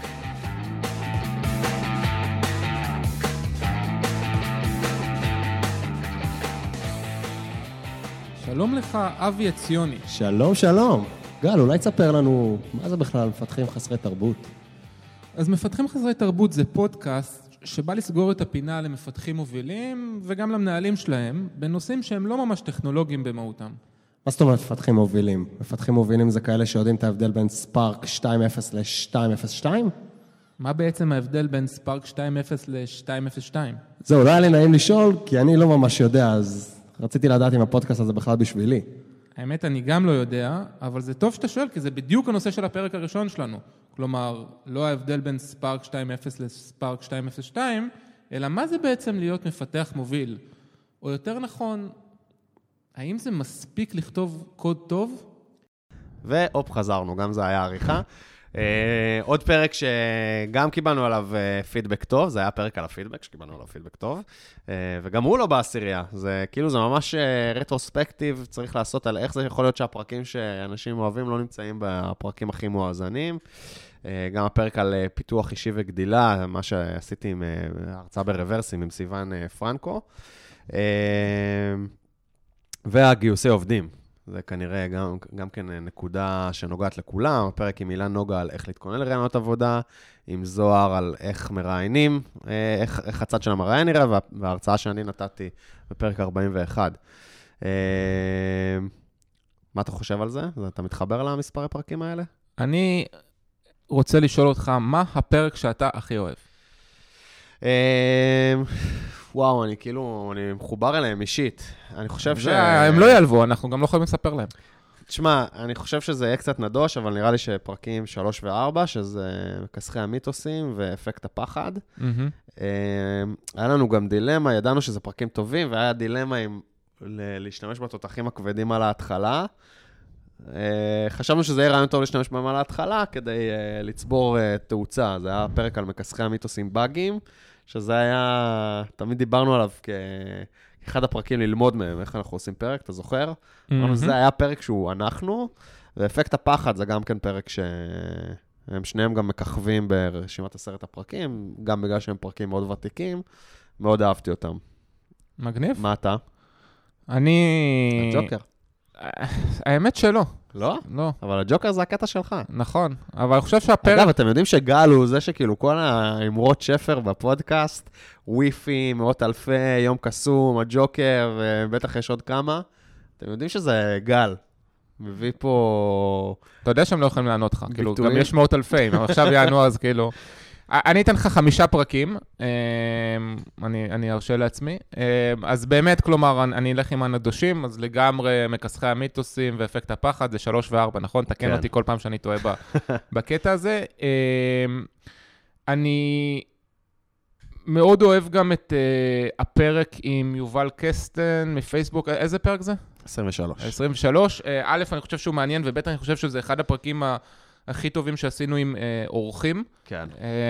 שלום לך, אבי עציוני. שלום, שלום. גל, אולי תספר לנו מה זה בכלל מפתחים חסרי תרבות? אז מפתחים חסרי תרבות זה פודקאסט שבא לסגור את הפינה למפתחים מובילים וגם למנהלים שלהם בנושאים שהם לא ממש טכנולוגיים במהותם. מה זאת אומרת מפתחים מובילים? מפתחים מובילים זה כאלה שיודעים את ההבדל בין ספארק 2.0 ל-2.0.2? מה בעצם ההבדל בין ספארק 2.0 ל-2.0.2? זהו, לא היה לי נעים לשאול, כי אני לא ממש יודע, אז רציתי לדעת אם הפודקאסט הזה בכלל בשבילי. האמת, אני גם לא יודע, אבל זה טוב שאתה שואל, כי זה בדיוק הנושא של הפרק הראשון שלנו. כלומר, לא ההבדל בין ספארק 2.0 לספארק 2.0.2, אלא מה זה בעצם להיות מפתח מוביל? או יותר נכון, האם זה מספיק לכתוב קוד טוב? והופ, חזרנו, גם זה היה עריכה. עוד פרק שגם קיבלנו עליו פידבק טוב, זה היה פרק על הפידבק שקיבלנו עליו פידבק טוב, וגם הוא לא בעשירייה, זה כאילו זה ממש רטרוספקטיב, צריך לעשות על איך זה יכול להיות שהפרקים שאנשים אוהבים לא נמצאים בפרקים הכי מואזנים, גם הפרק על פיתוח אישי וגדילה, מה שעשיתי עם הרצאה ברוורסים עם סיוון פרנקו, והגיוסי עובדים. זה כנראה גם כן נקודה שנוגעת לכולם, הפרק עם אילן נוגה על איך להתכונן לרעיונות עבודה, עם זוהר על איך מראיינים, איך הצד של המראיין נראה, וההרצאה שאני נתתי בפרק 41. מה אתה חושב על זה? אתה מתחבר למספר הפרקים האלה? אני רוצה לשאול אותך, מה הפרק שאתה הכי אוהב? וואו, אני מחובר אליהם אישית. אני חושב הם לא ייעלבו, אנחנו גם לא יכולים לספר להם. תשמע, אני חושב שזה יהיה קצת נדוש, אבל נראה לי שפרקים 3 ו-4, שזה מכסחי המיתוסים ואפקט הפחד. היה לנו גם דילמה, ידענו שזה פרקים טובים, והיה דילמה עם להשתמש בתותחים הכבדים על ההתחלה. חשבנו שזה יהיה רעיון טוב להשתמש בהם על ההתחלה, כדי לצבור תאוצה. זה היה פרק על מכסחי המיתוסים באגים, שזה היה, תמיד דיברנו עליו כאחד הפרקים ללמוד מהם, איך אנחנו עושים פרק, אתה זוכר? זה היה פרק שהוא אנחנו, ואפקט הפחד זה גם כן פרק שהם שניהם גם מככבים ברשימת 10 הפרקים, גם בגלל שהם פרקים מאוד ותיקים, מאוד אהבתי אותם. מגניב. מה אתה? הג'וקר. האמת שלא. לא? לא. אבל הג'וקר זה הקטע שלך. נכון, אבל אני חושב שהפרק... אגב, אתם יודעים שגל הוא זה שכאילו כל האמרות שפר בפודקאסט, וויפי, מאות אלפי, יום קסום, הג'וקר, ובטח יש עוד כמה. אתם יודעים שזה גל. מביא פה... אתה יודע שהם לא יכולים לענות לך, כאילו, גם יש מאות אלפי, אבל עכשיו יענו אז כאילו... אני אתן לך 5 פרקים, אני ארשה לעצמי. אז באמת, כלומר, אני אלך עם הנדושים, אז לגמרי מכסחי המיתוסים ואפקט הפחד, זה 3 ו-4, נכון? תקן אותי כל פעם שאני טועה בקטע הזה. אני מאוד אוהב גם את הפרק עם יובל קסטן מפייסבוק. איזה פרק זה? 23. 23. א', אני חושב שהוא מעניין, וב', אני חושב שזה אחד הפרקים הכי טובים שעשינו עם אורחים. כן.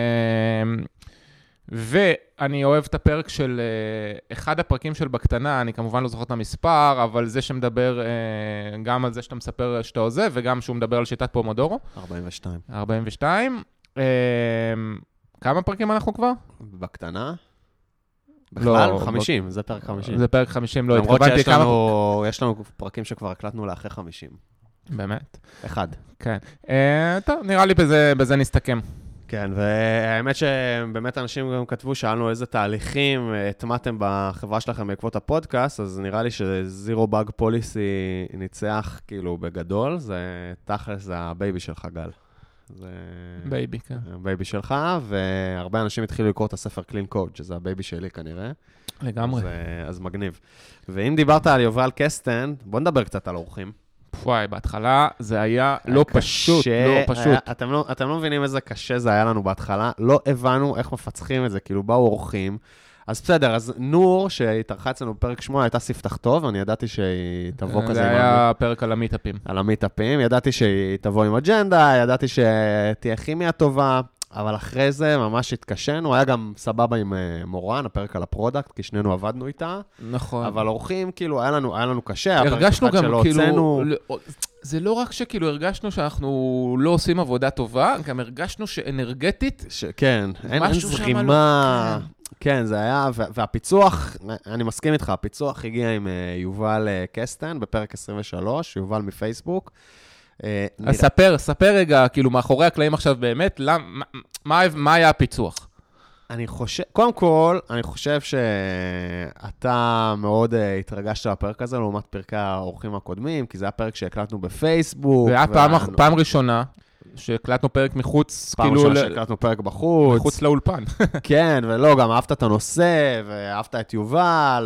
ואני אוהב את הפרק של אחד הפרקים של בקטנה, אני כמובן לא זוכר את המספר, אבל זה שמדבר גם על זה שאתה מספר שאתה עוזב, וגם שהוא מדבר על שיטת פומודורו. 42. 42. כמה פרקים אנחנו כבר? בקטנה? בכלל, 50, זה פרק 50. זה פרק 50, לא התכוונתי כמה... למרות שיש לנו פרקים שכבר הקלטנו לאחרי 50. באמת? אחד. כן. טוב, נראה לי בזה נסתכם. כן, והאמת שבאמת אנשים גם כתבו, שאלנו איזה תהליכים התמעתם בחברה שלכם בעקבות הפודקאסט, אז נראה לי שזירו באג פוליסי ניצח כאילו בגדול, זה תכלס, זה הבייבי שלך גל. זה... בייבי, כן. הבייבי שלך, והרבה אנשים התחילו לקרוא את הספר Clean Code, שזה הבייבי שלי כנראה. לגמרי. אז מגניב. ואם דיברת על יובל קסטן, בוא נדבר קצת על אורחים. וואי, בהתחלה זה היה לא פשוט, לא פשוט. אתם לא מבינים איזה קשה זה היה לנו בהתחלה, לא הבנו איך מפצחים את זה, כאילו באו אורחים. אז בסדר, אז נור, שהתארחה אצלנו בפרק 8, הייתה ספתח טוב, אני ידעתי שהיא תבוא כזה... זה היה פרק על המיטאפים. על המיטאפים, ידעתי שהיא תבוא עם אג'נדה, ידעתי שתהיה כימיה טובה, אבל אחרי זה ממש התקשנו, היה גם סבבה עם מורן, הפרק על הפרודקט, כי שנינו עבדנו איתה. נכון. אבל אורחים, כאילו, היה לנו קשה, הרגשנו גם, כאילו, הוצאנו... זה לא רק שכאילו הרגשנו שאנחנו לא עושים עבודה טובה, גם הרגשנו שאנרגטית... כן, אין זרימה... כן, זה היה, והפיצוח, אני מסכים איתך, הפיצוח הגיע עם יובל קסטן בפרק 23, יובל מפייסבוק. אז ספר רגע, כאילו, מאחורי הקלעים עכשיו באמת, מה היה הפיצוח? קודם כל, אני חושב שאתה מאוד התרגשת בפרק הזה, לעומת פרקי האורחים הקודמים, כי זה היה פרק שהקלטנו בפייסבוק. זה היה פעם ראשונה. שהקלטנו פרק מחוץ, פעם ראשונה שהקלטנו פרק בחוץ. מחוץ לאולפן. כן, ולא, גם אהבת את הנושא, ואהבת את יובל,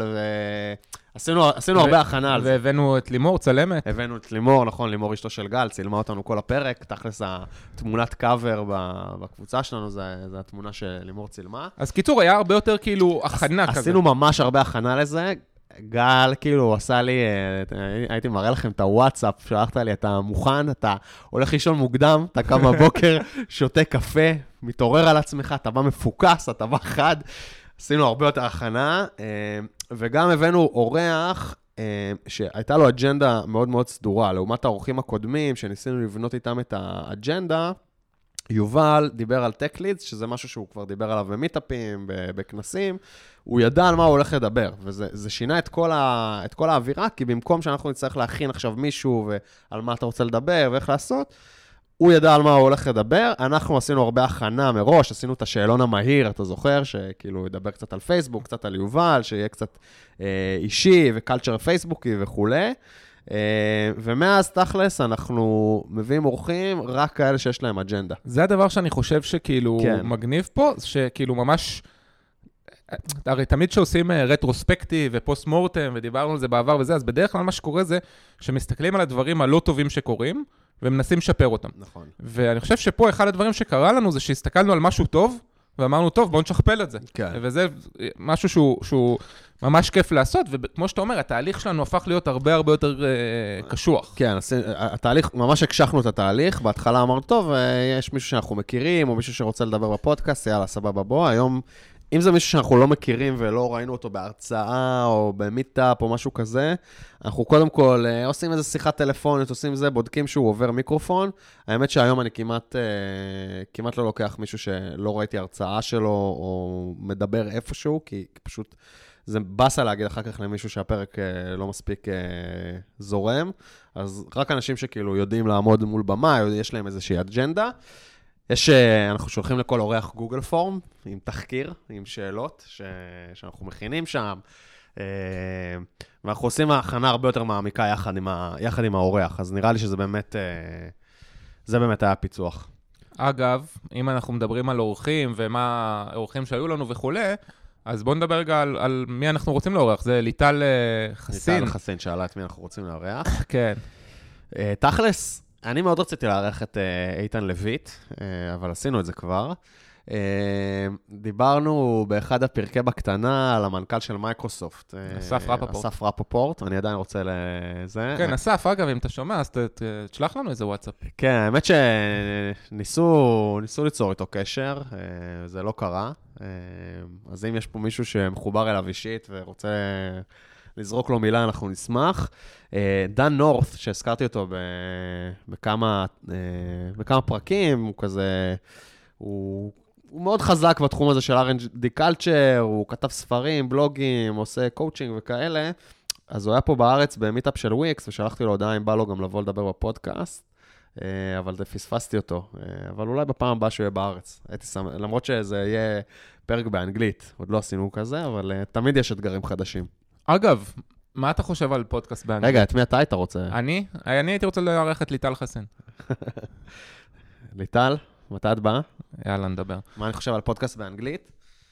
ועשינו הרבה הכנה על זה. והבאנו את לימור, צלמת. הבאנו את לימור, נכון, לימור אשתו של גל, צילמה אותנו כל הפרק, תכלס התמונת קאבר בקבוצה שלנו, זה התמונה שלימור צילמה. אז קיצור, היה הרבה יותר כאילו הכנה כזה. עשינו ממש הרבה הכנה לזה. גל, כאילו, עשה לי, הייתי מראה לכם את הוואטסאפ, שלחת לי, אתה מוכן, אתה הולך לישון מוקדם, אתה קם בבוקר, שותה קפה, מתעורר על עצמך, אתה בא מפוקס, אתה בא חד, עשינו הרבה יותר הכנה, וגם הבאנו אורח, שהייתה לו אג'נדה מאוד מאוד סדורה, לעומת האורחים הקודמים, שניסינו לבנות איתם את האג'נדה, יובל דיבר על Tech Leads, שזה משהו שהוא כבר דיבר עליו במיטאפים, בכנסים, הוא ידע על מה הוא הולך לדבר, וזה שינה את כל האווירה, כי במקום שאנחנו נצטרך להכין עכשיו מישהו, ועל מה אתה רוצה לדבר, ואיך לעשות, הוא ידע על מה הוא הולך לדבר, אנחנו עשינו הרבה הכנה מראש, עשינו את השאלון המהיר, אתה זוכר, שכאילו ידבר קצת על פייסבוק, קצת על יובל, שיהיה קצת אישי, וקלצ'ר פייסבוקי וכו'. ומאז תכלס אנחנו מביאים אורחים רק כאלה שיש להם אג'נדה. זה הדבר שאני חושב שכאילו מגניב פה, שכאילו ממש, הרי תמיד שעושים רטרוספקטיב ופוסט מורטם, ודיברנו על זה בעבר וזה, אז בדרך כלל מה שקורה זה שמסתכלים על הדברים הלא טובים שקורים, ומנסים לשפר אותם. נכון. ואני חושב שפה אחד הדברים שקרה לנו זה שהסתכלנו על משהו טוב, ואמרנו, טוב, בואו נשכפל את זה. כן. וזה משהו שהוא ממש כיף לעשות, וכמו שאתה אומר, התהליך שלנו הפך להיות הרבה הרבה יותר קשוח. כן, התהליך, ממש הקשחנו את התהליך, בהתחלה אמרנו, טוב, יש מישהו שאנחנו מכירים, או מישהו שרוצה לדבר בפודקאסט, יאללה, סבבה בוא, היום, אם זה מישהו שאנחנו לא מכירים ולא ראינו אותו בהרצאה או במיטאפ או משהו כזה, אנחנו קודם כל עושים איזה שיחת טלפונית, עושים זה, בודקים שהוא עובר מיקרופון. האמת שהיום אני כמעט לא לוקח מישהו שלא ראיתי הרצאה שלו או מדבר איפשהו, כי פשוט זה בסה להגיד אחר כך למישהו שהפרק לא מספיק זורם. אז רק אנשים שכאילו יודעים לעמוד מול במה, יש להם איזושהי אג'נדה. אנחנו שולחים לכל אורח גוגל פורם, עם תחקיר, עם שאלות שאנחנו מכינים שם, ואנחנו עושים ההכנה הרבה יותר מעמיקה יחד עם האורח, אז נראה לי שזה באמת, זה באמת היה פיצוח. אגב, אם אנחנו מדברים על אורחים ומה האורחים שהיו לנו וכו', אז בואו נדבר רגע על מי אנחנו רוצים לאורח, זה ליטל חסין. ליטל חסין שאלה את מי אנחנו רוצים לאורח. כן. תכלס, אני מאוד רציתי לארח את איתן לויט, אבל עשינו את זה כבר. דיברנו באחד הפרקי בקטנה על המנכ"ל של מייקרוסופט. אסף רפפורט. אסף רפפורט, אני עדיין רוצה לזה. כן, אסף, אגב, אם אתה שומע, אז תשלח לנו איזה וואטסאפ. כן, האמת שניסו ליצור איתו קשר, זה לא קרה. אז אם יש פה מישהו שמחובר אליו אישית ורוצה לזרוק לו מילה, אנחנו נשמח. דן נורת', שהזכרתי אותו בכמה פרקים, הוא כזה, הוא מאוד חזק בתחום הזה של R&D Culture, הוא כתב ספרים, בלוגים, עושה קואוצ'ינג וכאלה, אז הוא היה פה בארץ במיטאפ של וויקס, ושלחתי לו הודעה אם בא לו גם לבוא לדבר בפודקאסט, אבל פספסתי אותו. אבל אולי בפעם הבאה שהוא יהיה בארץ. למרות שזה יהיה פרק באנגלית, עוד לא עשינו כזה, אבל תמיד יש אתגרים חדשים. אגב, מה אתה חושב על פודקאסט באנגלית? רגע, את מי אתה היית רוצה? אני הייתי רוצה לארח את ליטל חסין. ליטל, מתי את באה? יאללה, נדבר. מה אני חושב על פודקאסט באנגלית?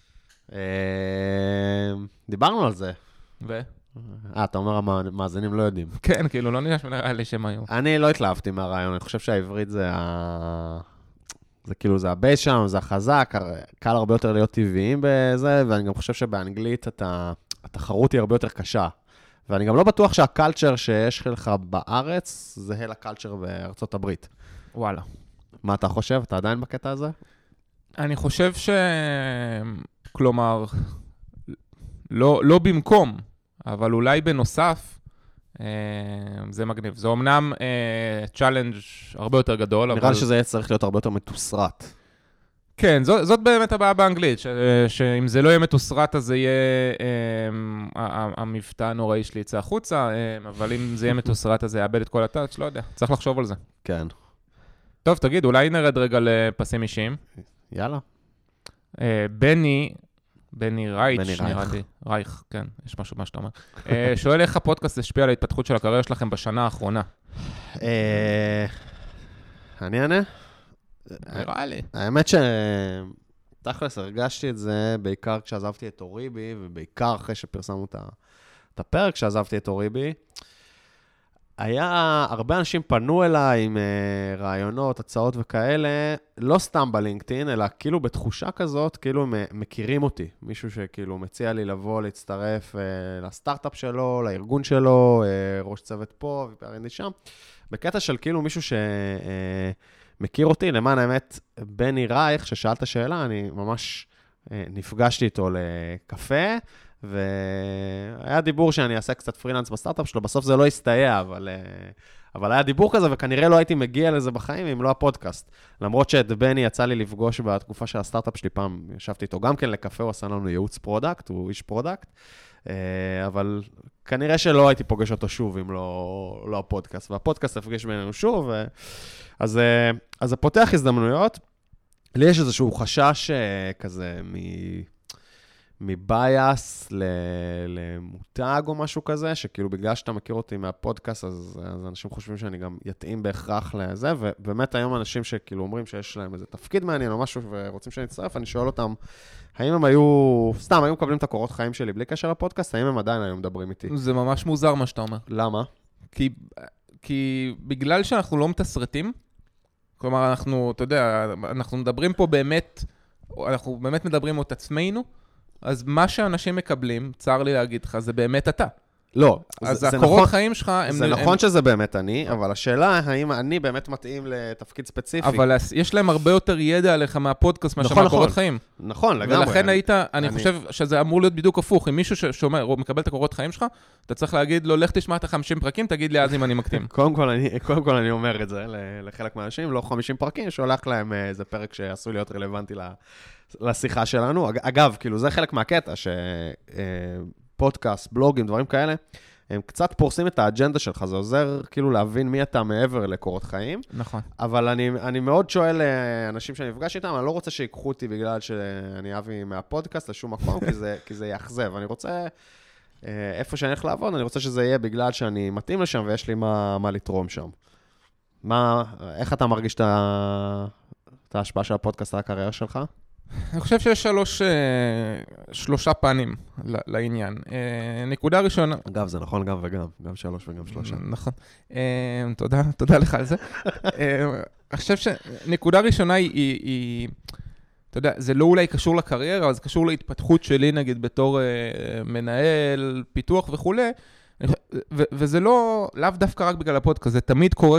דיברנו על זה. אתה אומר המאזינים לא יודעים. כן, כאילו לא נראה לי שהם היו. אני לא התלהבתי מהרעיון, אני חושב שהעברית זה כאילו זה הבייס שם, זה החזק, קל הרבה יותר להיות טבעיים בזה, ואני גם חושב שבאנגלית התחרות היא הרבה יותר קשה. ואני גם לא בטוח שהקלצ'ר שיש לך בארץ, זה לקלצ'ר בארצות הברית. וואלה. מה אתה חושב? אתה עדיין בקטע הזה? אני חושב כלומר, לא במקום, אבל אולי בנוסף, זה מגניב. זה אומנם צ'אלנג' הרבה יותר גדול, נראה לי שזה צריך להיות הרבה יותר מתוסרט. כן, זאת באמת הבעיה באנגלית, שאם זה לא יהיה מתוסרט, אז זה יהיה המבטא הנוראי שלי יצא החוצה, אבל אם זה יהיה מתוסרט, אז זה יאבד את כל הטאץ', לא יודע, צריך לחשוב על זה. כן. טוב, תגיד, אולי נרד רגע לפסים אישיים. יאללה. בני רייץ', נראה לי. רייך, כן, יש משהו מה שאתה אומר. שואל איך הפודקאסט השפיע על ההתפתחות של הקריירה שלכם בשנה האחרונה. אני אענה? נראה לי. האמת שתכלס הרגשתי את זה בעיקר כשעזבתי את אוריבי, ובעיקר אחרי שפרסמנו את הפרק כשעזבתי את אוריבי. היה, הרבה אנשים פנו אליי עם רעיונות, הצעות וכאלה, לא סתם בלינקדאין, אלא כאילו בתחושה כזאת, כאילו הם מכירים אותי. מישהו שכאילו מציע לי לבוא, להצטרף לסטארט-אפ שלו, לארגון שלו, ראש צוות פה ופערינדי שם. בקטע של כאילו מישהו שמכיר אותי, למען האמת, בני רייך, ששאלת שאלה, אני ממש נפגשתי איתו לקפה, והיה דיבור שאני אעשה קצת פרילנס בסטארט-אפ שלו, בסוף זה לא הסתייע, אבל היה דיבור כזה, וכנראה לא הייתי מגיע לזה בחיים אם לא הפודקאסט. למרות שאת בני יצא לי לפגוש בתקופה של הסטארט-אפ שלי, פעם ישבתי איתו גם כן לקפה, הוא עשה לנו ייעוץ פרודקט, הוא איש פרודקט, אבל כנראה שלא הייתי פוגש אותו שוב אם לא הפודקאסט, והפודקאסט הפגש בינינו שוב, אז זה פותח הזדמנויות. לי יש איזשהו חשש כזה מבייס למותג או משהו כזה, שכאילו בגלל שאתה מכיר אותי מהפודקאסט, אז אנשים חושבים שאני גם יתאים בהכרח לזה, ובאמת היום אנשים שכאילו אומרים שיש להם איזה תפקיד מעניין או משהו ורוצים שאני אצטרף, אני שואל אותם, האם הם היו מקבלים את הקורות חיים שלי בלי קשר לפודקאסט, האם הם עדיין היו מדברים איתי? זה ממש מוזר מה שאתה אומר. למה? כי בגלל שאנחנו לא מתסרטים, כלומר אתה יודע, אנחנו מדברים פה באמת, אנחנו באמת מדברים את עצמנו, אז מה שאנשים מקבלים, צר לי להגיד לך, זה באמת אתה. לא. אז הקורות חיים שלך... זה נכון שזה באמת אני, אבל השאלה, האם אני באמת מתאים לתפקיד ספציפי? אבל יש להם הרבה יותר ידע עליך מהפודקאסט, מאשר מהקורות חיים. נכון, לגמרי. ולכן אני חושב שזה אמור להיות בדיוק הפוך. אם מישהו ששומע או מקבל את הקורות חיים שלך, אתה צריך להגיד לו, לך תשמע את 50 פרקים, תגיד לי אז אם אני מקטים. קודם כל אני אומר את זה לחלק מהאנשים, לא 50 פרקים, שולח להם איזה פרק שעשוי להיות רלוונטי לשיחה שלנו. אגב, כאילו זה חלק מהקטע, שפודקאסט, בלוגים, דברים כאלה, הם קצת פורסים את האג'נדה שלך, זה עוזר כאילו להבין מי אתה מעבר לקורות חיים. נכון. אבל אני מאוד שואל אנשים שאני נפגש איתם, אני לא רוצה שיקחו אותי בגלל שאני אביא מהפודקאסט לשום מקום, כי זה יאכזב. אני רוצה, איפה שאני הולך לעבוד, אני רוצה שזה יהיה בגלל שאני מתאים לשם ויש לי מה לתרום שם. איך אתה מרגיש את ההשפעה של הפודקאסט על הקריירה שלך? אני חושב שיש שלושה פנים לעניין. נקודה ראשונה... אגב, זה נכון גם וגם, גם 3 וגם 3. נכון. תודה לך על זה. אני חושב שנקודה ראשונה היא, אתה יודע, זה לא אולי קשור לקריירה, אבל זה קשור להתפתחות שלי, נגיד, בתור מנהל, פיתוח וכו'. וזה לאו דווקא רק בגלל הפודקאסט, זה תמיד קורה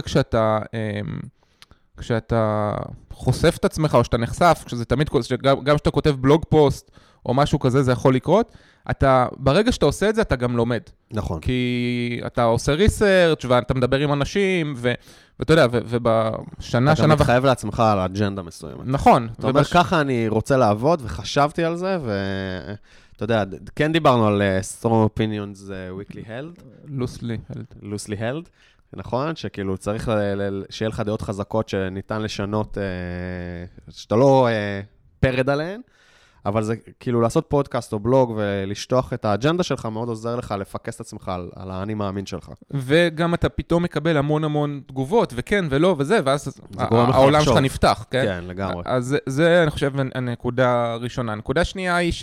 כשאתה חושף את עצמך, או שאתה נחשף, כשזה תמיד, גם כשאתה כותב בלוג פוסט, או משהו כזה, זה יכול לקרות, ברגע שאתה עושה את זה, אתה גם לומד. נכון. כי אתה עושה ריסרצ' ואתה מדבר עם אנשים, ואתה יודע, ובשנה... אתה גם מתחייב לעצמך על אג'נדה מסוימת. נכון. אתה אומר, ככה אני רוצה לעבוד, וחשבתי על זה, ואתה יודע, כן דיברנו על strong opinions weekly held. loosely held. נכון? שכאילו צריך שיהיה לך דעות חזקות שניתן לשנות, שאתה לא פרד עליהן, אבל זה כאילו לעשות פודקאסט או בלוג ולשטוח את האג'נדה שלך, מאוד עוזר לך לפקס את עצמך על האני מאמין שלך. וגם אתה פתאום מקבל המון תגובות, וכן ולא וזה, ואז העולם שלך נפתח, כן? כן, לגמרי. אז זה, אני חושב, הנקודה הראשונה. הנקודה שנייה היא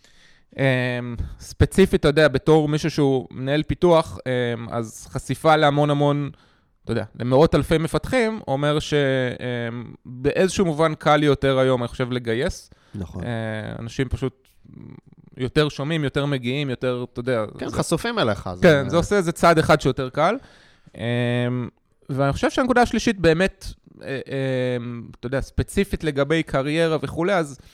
ספציפית, אתה יודע, בתור מישהו שהוא מנהל פיתוח, אז חשיפה להמון, אתה יודע, למאות אלפי מפתחים, אומר שבאיזשהו מובן קל יותר היום, אני חושב, לגייס. נכון. אנשים פשוט יותר שומעים, יותר מגיעים, יותר, אתה יודע... כן, חשופים אליך. כן, זה עושה איזה צעד אחד שיותר קל. ואני חושב שהנקודה השלישית באמת, אתה יודע, ספציפית לגבי קריירה וכו',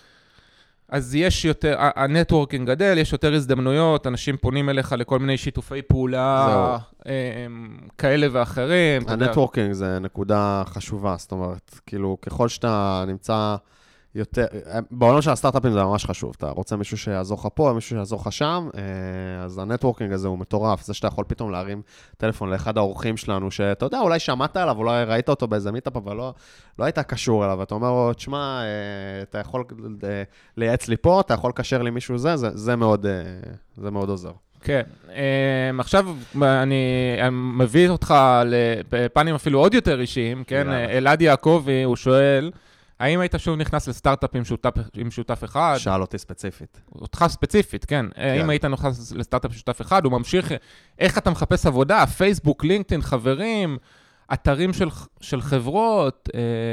אז יש יותר, הנטוורקינג גדל, יש יותר הזדמנויות, אנשים פונים אליך לכל מיני שיתופי פעולה כאלה ואחרים. הנטוורקינג זה נקודה חשובה, זאת אומרת, כאילו, ככל שאתה נמצא יותר, בעולם של הסטארט-אפים זה ממש חשוב, אתה רוצה מישהו שיעזור לך פה, מישהו שיעזור לך שם, אז הנטוורקינג הזה הוא מטורף, זה שאתה יכול פתאום להרים טלפון לאחד האורחים שלנו, שאתה יודע, אולי שמעת עליו, אולי ראית אותו באיזה מיטאפ, אבל לא היית קשור אליו, ואתה אומר לו, תשמע, אתה יכול לייעץ לי פה, אתה יכול לקשר לי מישהו זה מאוד עוזר. כן, עכשיו אני מביא אותך לפנים אפילו עוד יותר אישיים, כן, אלעד יעקבי, הוא שואל, האם היית שוב נכנס לסטארט-אפ עם שותף אחד? שאל אותי ספציפית. אותך ספציפית, כן. האם היית נכנס לסטארט-אפ עם שותף אחד? הוא ממשיך, איך אתה מחפש עבודה? פייסבוק, לינקדאין, חברים, אתרים של חברות,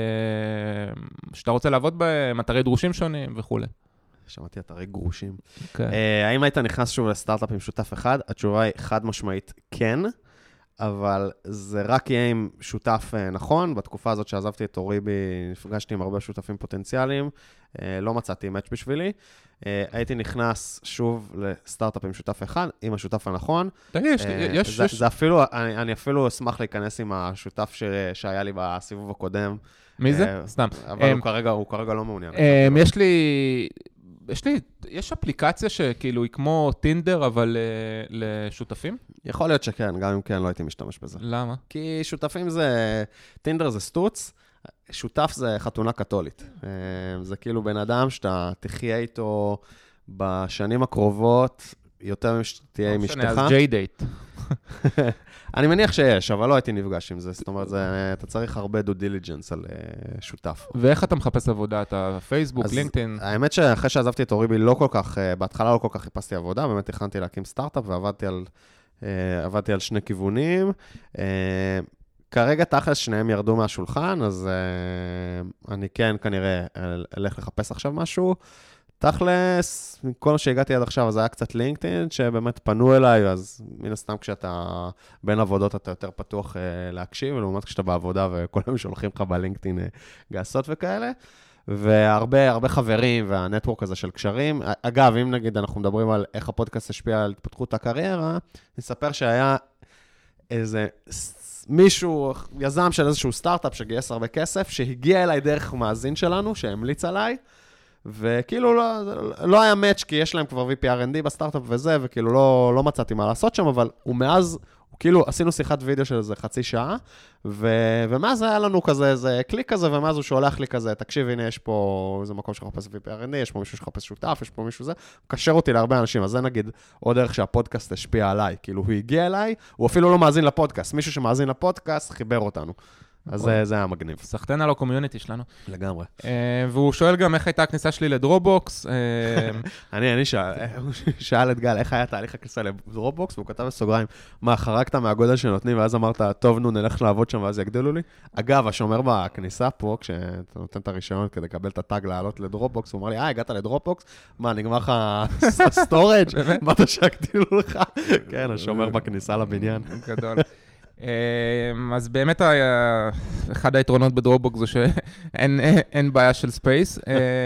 שאתה רוצה לעבוד בהם, אתרי דרושים שונים וכו'. שמעתי אתרי גרושים. האם היית נכנס שוב לסטארט-אפ עם שותף אחד? התשובה היא חד משמעית כן. אבל זה רק יהיה עם שותף נכון. בתקופה הזאת שעזבתי את אוריבי, נפגשתי עם הרבה שותפים פוטנציאליים, לא מצאתי מאץ' בשבילי. הייתי נכנס שוב לסטארט-אפ עם שותף אחד, עם השותף הנכון. תגיד, זה אפילו, אני אפילו אשמח להיכנס עם השותף שהיה לי בסיבוב הקודם. מי זה? סתם. אבל הוא כרגע לא מעוניין. יש אפליקציה שכאילו היא כמו טינדר, אבל לשותפים? יכול להיות שכן, גם אם כן לא הייתי משתמש בזה. למה? כי שותפים טינדר זה סטוץ, שותף זה חתונה קתולית. זה כאילו בן אדם שאתה תחיה איתו בשנים הקרובות, יותר משתהיה עם אשתך. אז ג'יי-דייט. אני מניח שיש, אבל לא הייתי נפגש עם זה. זאת אומרת, אתה צריך הרבה דו דיליג'נס על שותף. ואיך אתה מחפש עבודה? אתה פייסבוק, לינקדאין? האמת שאחרי שעזבתי את אוריבי, בהתחלה לא כל כך חיפשתי עבודה, באמת הכנתי להקים סטארט-אפ, ועבדתי על שני כיוונים. כרגע תכלס שניהם ירדו מהשולחן, אז אני כן כנראה אלך לחפש עכשיו משהו. תכלס, כל מה שהגעתי עד עכשיו, אז היה קצת לינקדאין, שבאמת פנו אליי, אז מן הסתם כשאתה בין עבודות, אתה יותר פתוח להקשיב, ולעומת כשאתה בעבודה, וכל היום שולחים לך בלינקדאין געשות וכאלה, והרבה חברים, והנטוורק הזה של קשרים. אגב, אם נגיד אנחנו מדברים על איך הפודקאסט השפיע על התפתחות הקריירה, נספר שהיה איזה מישהו, יזם של איזשהו סטארט-אפ שגייס הרבה כסף, שהגיע אליי דרך מאזין שלנו, שהמליץ עליי, וכאילו לא היה מאץ' כי יש להם כבר VP-R&D בסטארט-אפ וזה, וכאילו לא מצאתי מה לעשות שם, אבל ומאז, כאילו עשינו שיחת וידאו של איזה חצי שעה, ומאז היה לנו כזה איזה קליק כזה, ומאז הוא שולח לי כזה, תקשיב, הנה יש פה איזה מקום שחפש VP-R&D, יש פה מישהו שחפש שותף, יש פה מישהו זה, הוא קשר אותי להרבה אנשים, אז זה נגיד עוד דרך שהפודקאסט השפיע עליי, כאילו הוא הגיע אליי, הוא אפילו לא מאזין לפודקאסט, מישהו שמאזין לפודקאסט חיבר אותנו. אז זה היה מגניב. סחטן על הקומיוניטי שלנו. לגמרי. והוא שואל גם איך הייתה הכניסה שלי לדרופבוקס. אני שאל את גל, איך היה תהליך הכניסה לדרופבוקס, והוא כתב בסוגריים, מה, חרקת מהגודל שנותנים, ואז אמרת, טוב, נו, נלך לעבוד שם, ואז יגדלו לי. אגב, השומר בכניסה פה, כשאתה נותן את הרישיון כדי לקבל את הטאג לעלות לדרופבוקס, הוא אמר לי, הגעת לדרופבוקס? מה, נגמר לך סטורג'? מה אתה שיגדילו לך? כן, השומר בכניסה לבניין. גדול. אז באמת אחד היתרונות בדרופבוקס זה שאין בעיה של ספייס.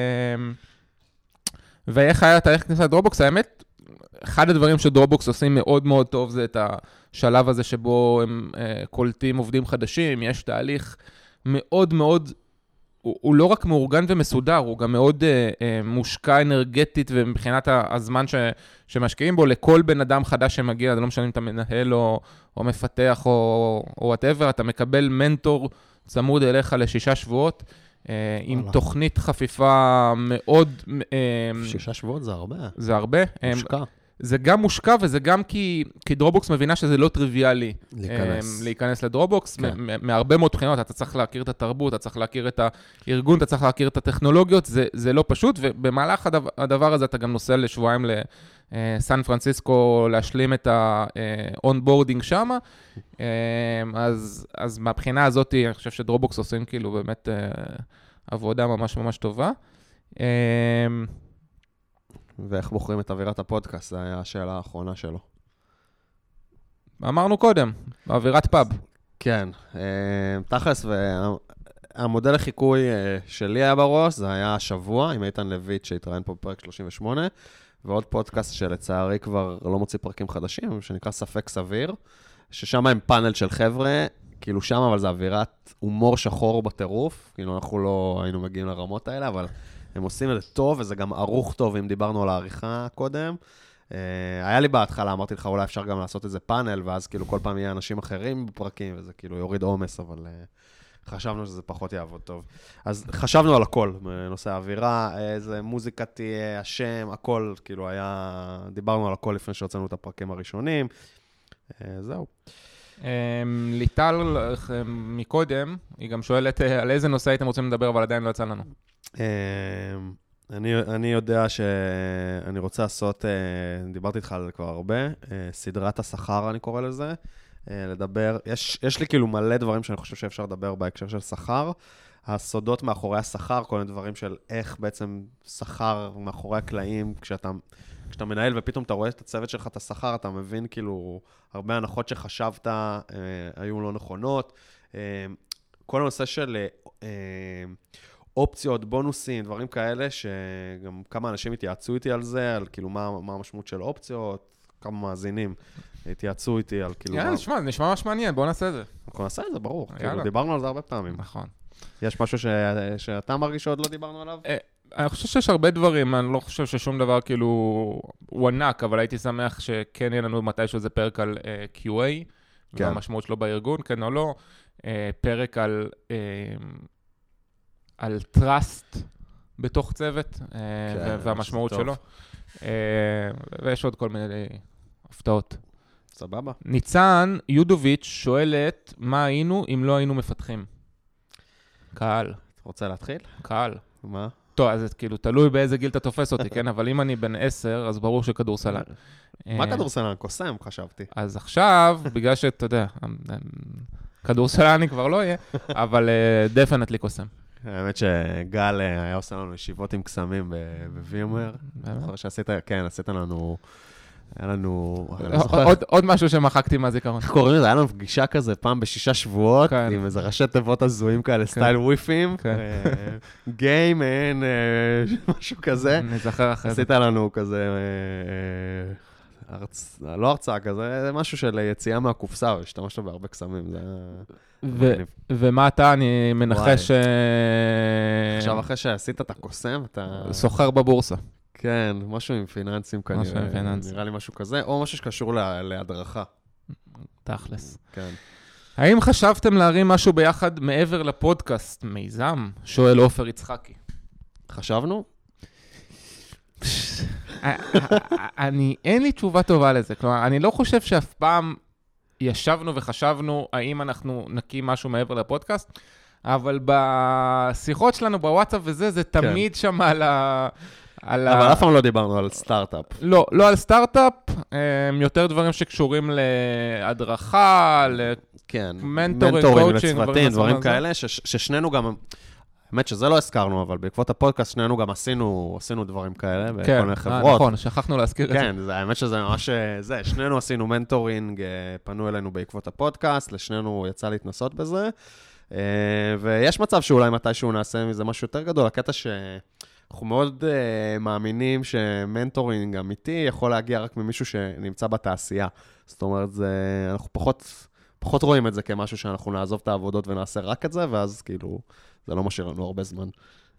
ואיך היה תהליך כניסה לדרופבוקס? האמת, אחד הדברים שדרופבוקס עושים מאוד מאוד טוב זה את השלב הזה שבו הם קולטים עובדים חדשים, יש תהליך מאוד מאוד, הוא לא רק מאורגן ומסודר, הוא גם מאוד מושקע אנרגטית ומבחינת הזמן שמשקיעים בו לכל בן אדם חדש שמגיע, זה לא משנה אם אתה מנהל או מפתח או whatever, אתה מקבל מנטור צמוד אליך ל6 שבועות, עם תוכנית חפיפה מאוד... 6 שבועות זה הרבה. זה הרבה. מושקע. זה גם מושקע, וזה גם כי דרופבוקס מבינה שזה לא טריוויאלי להיכנס לדרופבוקס, מהרבה מאוד בחינות, אתה צריך להכיר את התרבות, אתה צריך להכיר את הארגון, אתה צריך להכיר את הטכנולוגיות, זה לא פשוט, ובמהלך הדבר הזה אתה גם נוסע לשבועיים לסן פרנסיסקו, להשלים את ה-onboarding שם, אז מהבחינה הזאת, אני חושב שדרופבוקס עושים כאילו באמת עבודה ממש ממש טובה. ואיך בוחרים את אווירת הפודקאסט? זו היה השאלה האחרונה שלו. אמרנו קודם, אווירת פאב. כן, תכלס, והמודל לחיקוי שלי היה בראש, זה היה השבוע, עם איתן לויט שהתראיין פה בפרק 38, ועוד פודקאסט שלצערי כבר לא מוציא פרקים חדשים, שנקרא ספק סביר, ששם הם פאנל של חבר'ה, כאילו שם, אבל זה אווירת הומור שחור בטירוף, כאילו אנחנו לא היינו מגיעים לרמות האלה, אבל הם עושים את זה טוב, וזה גם ערוך טוב, אם דיברנו על העריכה קודם. היה לי בהתחלה, אמרתי לך, אולי אפשר גם לעשות איזה פאנל, ואז כאילו כל פעם יהיה אנשים אחרים בפרקים, וזה כאילו יוריד עומס, אבל חשבנו שזה פחות יעבוד טוב. אז חשבנו על הכל, בנושא האווירה, איזה מוזיקה תהיה, השם, הכל, כאילו היה, דיברנו על הכל לפני שהוצאנו את הפרקים הראשונים. זהו. ליטל מקודם, היא גם שואלת על איזה נושא הייתם רוצים לדבר, אבל עדיין לא יצא לנו. אני יודע שאני רוצה לעשות, דיברתי איתך על זה כבר הרבה, סדרת השכר אני קורא לזה, לדבר, יש לי כאילו מלא דברים שאני חושב שאפשר לדבר בהקשר של שכר, הסודות מאחורי השכר, כל מיני דברים של איך בעצם שכר מאחורי הקלעים, כשאתה מנהל ופתאום אתה רואה את הצוות שלך, את השכר, אתה מבין כאילו הרבה הנחות שחשבת היו לא נכונות, כל הנושא של אופציות, בונוסים, דברים כאלה, שגם כמה אנשים התייעצו איתי על זה, על כאילו מה המשמעות של אופציות, כמה מאזינים התייעצו איתי על כאילו... יאללה, נשמע ממש מעניין, בואו נעשה את זה. אנחנו נעשה את זה, ברור. כאילו, דיברנו על זה הרבה פעמים. נכון. יש משהו שאתה מרגיש שעוד לא דיברנו עליו? אני חושב שיש הרבה דברים, אני לא חושב ששום דבר כאילו הוא ענק, אבל הייתי שמח שכן יהיה לנו מתישהו איזה פרק על QA, והמשמעות שלו בארגון, כן או לא, פרק על trust בתוך צוות, והמשמעות שלו. ויש עוד כל מיני הפתעות. סבבה. ניצן יודוביץ' שואלת, מה היינו אם לא היינו מפתחים? קהל. אתה רוצה להתחיל? קהל. מה? טוב, אז כאילו, תלוי באיזה גיל אתה תופס אותי, כן? אבל אם אני בן 10, אז ברור שכדורסלן. מה כדורסלן? קוסם, חשבתי. אז עכשיו, בגלל שאתה יודע, כדורסלן אני כבר לא אהיה, אבל דפנטלי קוסם. האמת שגל היה עושה לנו ישיבות עם קסמים בווימר. אחרי שעשית, כן, עשית לנו... היה לנו... עוד משהו שמחקתי מהזיכרון. איך קוראים לזה? היה לנו פגישה כזה פעם ב6 שבועות, עם איזה ראשי תיבות הזויים כאלה, סטייל וויפים. גיימן, משהו כזה. נזכר אחרי זה. עשית לנו כזה... לא הרצאה כזה, זה משהו של יציאה מהקופסה, השתמשת בהרבה קסמים. ומה אתה, אני מנחש... עכשיו אחרי שעשית את הקוסם, אתה... סוחר בבורסה. כן, משהו עם פיננסים כנראה, נראה לי משהו כזה, או משהו שקשור להדרכה. תכלס. כן. האם חשבתם להרים משהו ביחד מעבר לפודקאסט? מיזם? שואל עופר יצחקי. חשבנו? אין לי תשובה טובה לזה, כלומר, אני לא חושב שאף פעם ישבנו וחשבנו האם אנחנו נקים משהו מעבר לפודקאסט, אבל בשיחות שלנו בוואטסאפ וזה, זה תמיד שם על אבל אף פעם לא דיברנו על סטארט-אפ. לא על סטארט-אפ, יותר דברים שקשורים להדרכה, למנטורינג, קואוצ'ינג, לצוותים, דברים כאלה, ששנינו גם, האמת שזה לא הזכרנו, אבל בעקבות הפודקאסט שנינו גם עשינו דברים כאלה, בכל מיני חברות. נכון, שכחנו להזכיר את זה. כן, האמת שזה ממש זה, שנינו עשינו מנטורינג, פנו אלינו בעקבות הפודקאסט, לשנינו יצא להתנסות בזה, ויש מצב שאולי מתישהו נעשה מזה משהו יותר גדול, הקטע אנחנו מאוד מאמינים שמנטורינג אמיתי יכול להגיע רק ממישהו שנמצא בתעשייה. זאת אומרת, אנחנו פחות רואים את זה כמשהו שאנחנו נעזוב את העבודות ונעשה רק את זה, ואז כאילו, זה לא משאיר לנו הרבה זמן.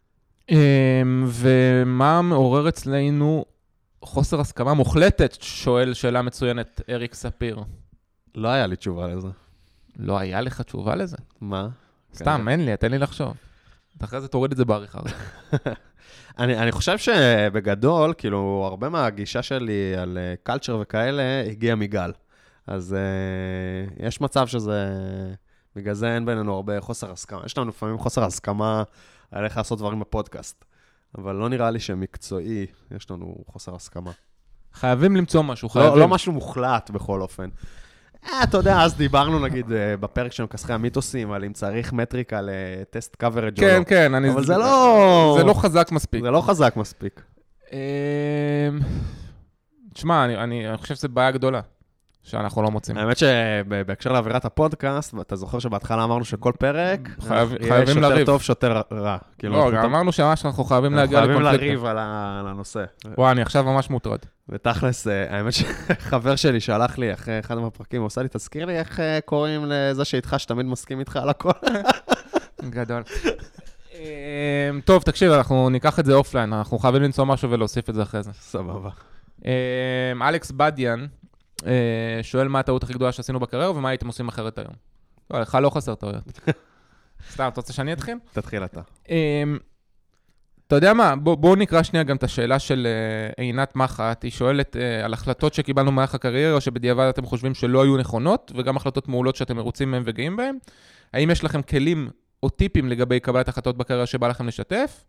ומה מעורר אצלנו חוסר הסכמה מוחלטת, שואל שאלה מצוינת אריק ספיר. לא היה לי תשובה לזה. לא היה לך תשובה לזה? מה? סתם, אין לי, תן לי לחשוב. אחרי זה תוריד את זה בעריכה. אני חושב שבגדול, כאילו, הרבה מהגישה שלי על קלצ'ר וכאלה הגיע מגל. אז יש מצב שזה, בגלל זה אין בינינו הרבה חוסר הסכמה. יש לנו לפעמים חוסר הסכמה על איך לעשות דברים בפודקאסט. אבל לא נראה לי שמקצועי יש לנו חוסר הסכמה. חייבים למצוא משהו, לא משהו מוחלט בכל אופן. אתה יודע, אז דיברנו נגיד בפרק של מכסחי המיתוסים, על אם צריך מטריקה לטסט קאברג' או לא. כן, כן. אבל זה לא... זה לא חזק מספיק. זה לא חזק מספיק. תשמע, אני חושב שזו בעיה גדולה, שאנחנו לא מוצאים. האמת שבהקשר לאווירת הפודקאסט, ואתה זוכר שבהתחלה אמרנו שכל פרק, חייבים שוטר לריב. טוב, שוטר רע. לא, גם אמרנו שממש אנחנו חייבים להגיע לקונפליקטים. לקונפליקטים. חייבים לריב על הנושא. וואי, אני עכשיו ממש מוטרד. ותכלס, האמת שחבר שלי שלח לי אחרי אחד מהפרקים, הוא עושה לי, תזכיר לי איך קוראים לזה שאיתך, שתמיד מסכים איתך על הכל. גדול. טוב, תקשיב, אנחנו ניקח את זה אופליין, אנחנו חייבים למצוא משהו ולהוסיף את זה אחרי זה. סבבה. אלכס בדיאן שואל מה הטעות הכי גדולה שעשינו בקריירה, ומה הייתם עושים אחרת היום. לא, לך לא חסר טעויות. סתם, אתה רוצה שאני אתחיל? תתחיל אתה. אתה יודע מה, בואו נקרא שנייה גם את השאלה של עינת מחת, היא שואלת על החלטות שקיבלנו מהלך הקריירה, שבדיעבד אתם חושבים שלא היו נכונות, וגם החלטות מעולות שאתם מרוצים מהם וגאים בהם. האם יש לכם כלים או טיפים לגבי קבלת החלטות בקריירה שבא לכם לשתף?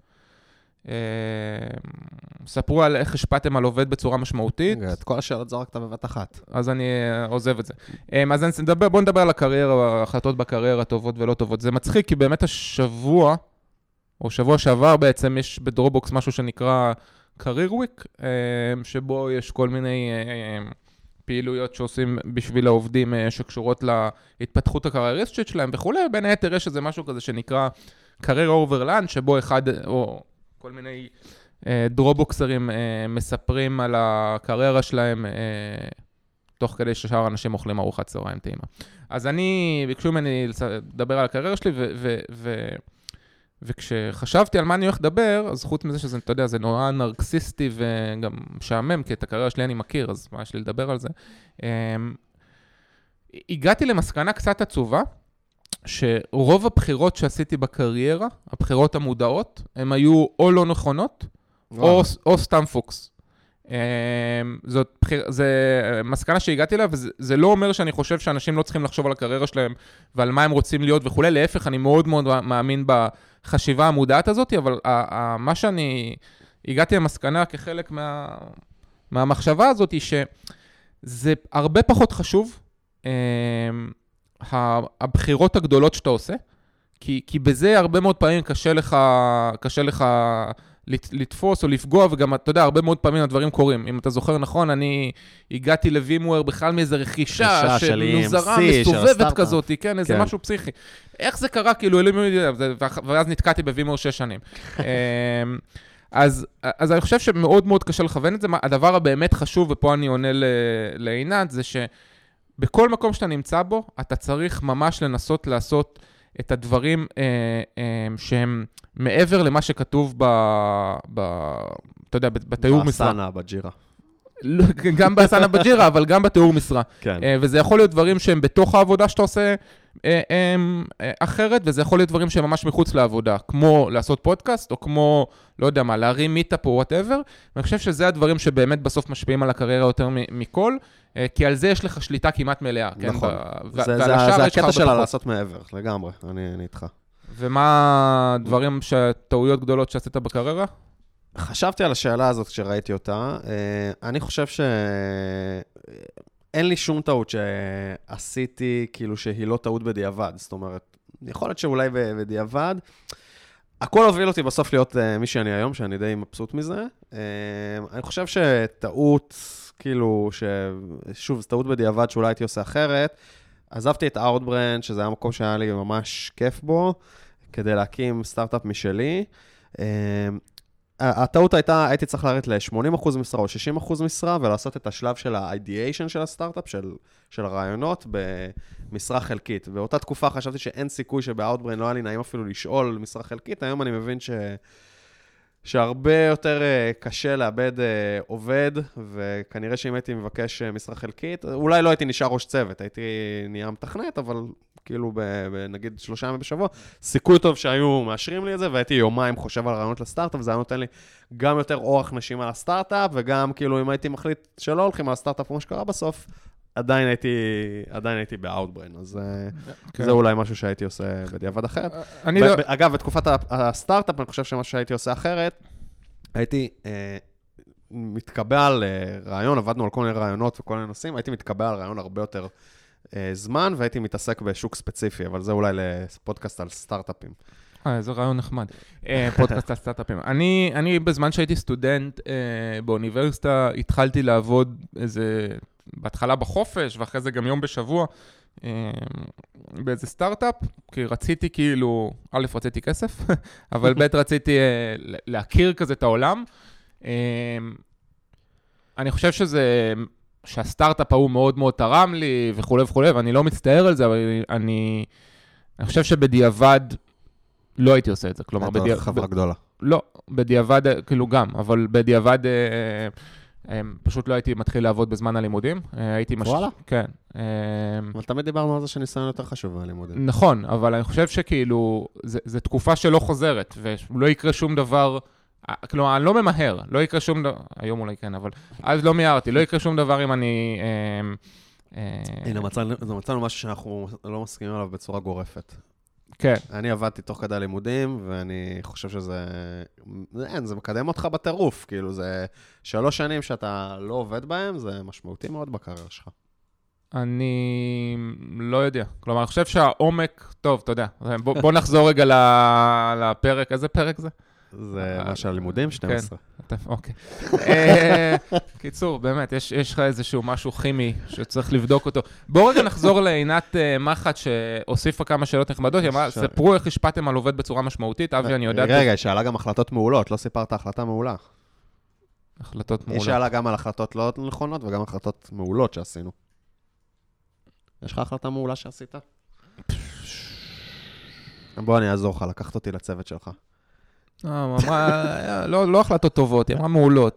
ספרו על איך השפעתם על עובד בצורה משמעותית. את כל השאלות זרקת בבת אחת. אז אני עוזב את זה. אז בואו נדבר על הקריירה, החלטות בקריירה, טובות ולא טובות. זה מצחיק, כי באמת השבוע, או שבוע שעבר בעצם, יש בדרובוקס משהו שנקרא Career Week, שבו יש כל מיני פעילויות שעושים בשביל העובדים שקשורות להתפתחות הקרייריסטית שלהם וכו'. בין היתר יש איזה משהו כזה שנקרא Career Overland, שבו אחד, או כל מיני דרובוקסרים מספרים על הקריירה שלהם, תוך כדי ששאר אנשים אוכלים ארוחת צהריים טעימה. אז ביקשו ממני לדבר על הקריירה שלי, וכשחשבתי על מה אני הולך לדבר, אז חוץ מזה שזה, אתה יודע, זה נורא נרקסיסטי וגם משעמם, כי את הקריירה שלי אני מכיר, אז מה יש לי לדבר על זה? הגעתי למסקנה קצת עצובה, שרוב הבחירות שעשיתי בקריירה, הבחירות המודעות, הן היו או לא נכונות, או סתם פוקס. זה מסקנה שהגעתי לה, וזה לא אומר שאני חושב שאנשים לא צריכים לחשוב על הקריירה שלהם, ועל מה הם רוצים להיות וכו'. להפך, אני מאוד מאוד מאמין בחשיבה המודעת הזאת, אבל מה שאני הגעתי למסקנה כחלק מהמחשבה הזאת, היא שזה הרבה פחות חשוב, הבחירות הגדולות שאתה עושה, כי בזה הרבה מאוד פעמים קשה לך לתפוס או לפגוע, וגם, אתה יודע, הרבה מאוד פעמים הדברים קורים. אם אתה זוכר נכון, אני הגעתי לווימוור בכלל מאיזו רכישה של נוזרה מסתובבת כזאת, כן, איזה משהו פסיכי. איך זה קרה? כאילו, ואז נתקעתי בווימוור 6 שנים. אז אני חושב שמאוד מאוד קשה לכוון את זה. הדבר הבאמת חשוב, ופה אני עונה לעינת, זה שבכל מקום שאתה נמצא בו, אתה צריך ממש לנסות לעשות את הדברים שהם מעבר למה שכתוב אתה יודע, בתיאור משרה. באסנה, בג'ירה. גם באסנה בג'ירה, אבל גם בתיאור משרה. כן. וזה יכול להיות דברים שהם בתוך העבודה שאתה עושה אחרת, וזה יכול להיות דברים שהם ממש מחוץ לעבודה, כמו לעשות פודקאסט, או כמו, לא יודע מה, להרים מיטאפ או whatever. ואני חושב שזה הדברים שבאמת בסוף משפיעים על הקריירה יותר מכל, כי על זה יש לך שליטה כמעט מלאה. נכון. זה הקטע שלה לעשות מעבר, לגמרי, אני איתך. ומה הדברים טעויות גדולות שעשית בקריירה? חשבתי על השאלה הזאת כשראיתי אותה. אני חושב אין לי שום טעות שעשיתי, כאילו שהיא לא טעות בדיעבד. זאת אומרת, יכול להיות שאולי בדיעבד. הכל הוביל אותי בסוף להיות מי שאני היום, שאני די מבסוט מזה. אני חושב שטעות, כאילו, שוב, זו טעות בדיעבד שאולי הייתי עושה אחרת. עזבתי את Outbrain, שזה היה מקום שהיה לי ממש כיף בו, כדי להקים סטארט-אפ משלי. הטעות הייתי צריך להריץ ל-80% משרה או 60% משרה, ולעשות את השלב של ה-ideation של הסטארט-אפ, של הרעיונות, במשרה חלקית. באותה תקופה חשבתי שאין סיכוי שב-Outbrain לא היה לי נעים אפילו לשאול משרה חלקית. היום אני מבין שהרבה יותר קשה לאבד עובד, וכנראה שאם הייתי מבקש משרה חלקית, אולי לא הייתי נשאר ראש צוות, הייתי נהיה מתכנת, אבל כאילו נגיד 3 ימים בשבוע, סיכוי טוב שהיו מאשרים לי את זה, והייתי יומיים חושב על רעיונות לסטארט-אפ, וזה היה נותן לי גם יותר אורח נשים על הסטארט-אפ, וגם כאילו אם הייתי מחליט שלא הולכים על הסטארט-אפ כמו שקרה בסוף, עדיין הייתי ב-Outbrain, אז זה אולי משהו שהייתי עושה בדיעבד אחרת. אגב, בתקופת הסטארט-אפ, אני חושב שמשהו שהייתי עושה אחרת, הייתי מתקבע על רעיון, עבדנו על כל מיני רעיונות וכל מיני נושאים, הייתי מתקבע על רעיון הרבה יותר זמן, והייתי מתעסק בשוק ספציפי, אבל זה אולי לפודקאסט על סטארט-אפים. זה רעיון נחמד. פודקאסט על סטארט-אפים. אני בזמן שהייתי סטודנט באוניברסיטה, התחלתי לעבוד בהתחלה בחופש, ואחרי זה גם יום בשבוע, באיזה סטארט-אפ, כי רציתי כאילו, א', רציתי כסף, אבל ב', רציתי להכיר כזה את העולם. אני חושב שהסטארט-אפ ההוא מאוד מאוד תרם לי וכו' וכו', ואני לא מצטער על זה, אבל אני חושב שבדיעבד לא הייתי עושה את זה. כלומר, חברה גדולה. לא, בדיעבד, כאילו גם, אבל בדיעבד פשוט לא הייתי מתחיל לעבוד בזמן הלימודים. וואלה? כן. אבל תמיד דיברנו על זה שניסיון יותר חשוב מהלימודים. נכון, אבל אני חושב שכאילו, זו תקופה שלא חוזרת, ולא יקרה שום דבר, כלומר, אני לא ממהר, לא יקרה שום דבר, היום אולי כן, אבל אז לא מיהרתי, לא יקרה שום דבר אם אני... הנה, מצאנו משהו שאנחנו לא מסכימים עליו בצורה גורפת. כן. אני עבדתי תוך כדי לימודים, ואני חושב זה מקדם אותך בטירוף, כאילו זה 3 שנים שאתה לא עובד בהם, זה משמעותי מאוד בקריירה שלך. אני לא יודע. כלומר, אני חושב שהעומק, טוב, אתה יודע, בוא נחזור רגע לפרק, איזה פרק זה? זה מה שהלימודים, 12. אוקיי. קיצור, באמת, יש לך איזשהו משהו כימי שצריך לבדוק אותו. בואו רגע נחזור לעינת מחט שהוסיפה כמה שאלות נחמדות. היא אמרה, ספרו איך השפעתם על עובד בצורה משמעותית. אבי, אני יודעת... רגע, היא שאלה גם החלטות מעולות, לא סיפרת החלטה מעולה. החלטות מעולות. היא שאלה גם על החלטות לא נכונות וגם החלטות מעולות שעשינו. יש לך החלטה מעולה שעשית? בוא, אני אעזור לך, לקחת אותי לצוות שלך. לא החלטות טובות, היא אמרה מעולות.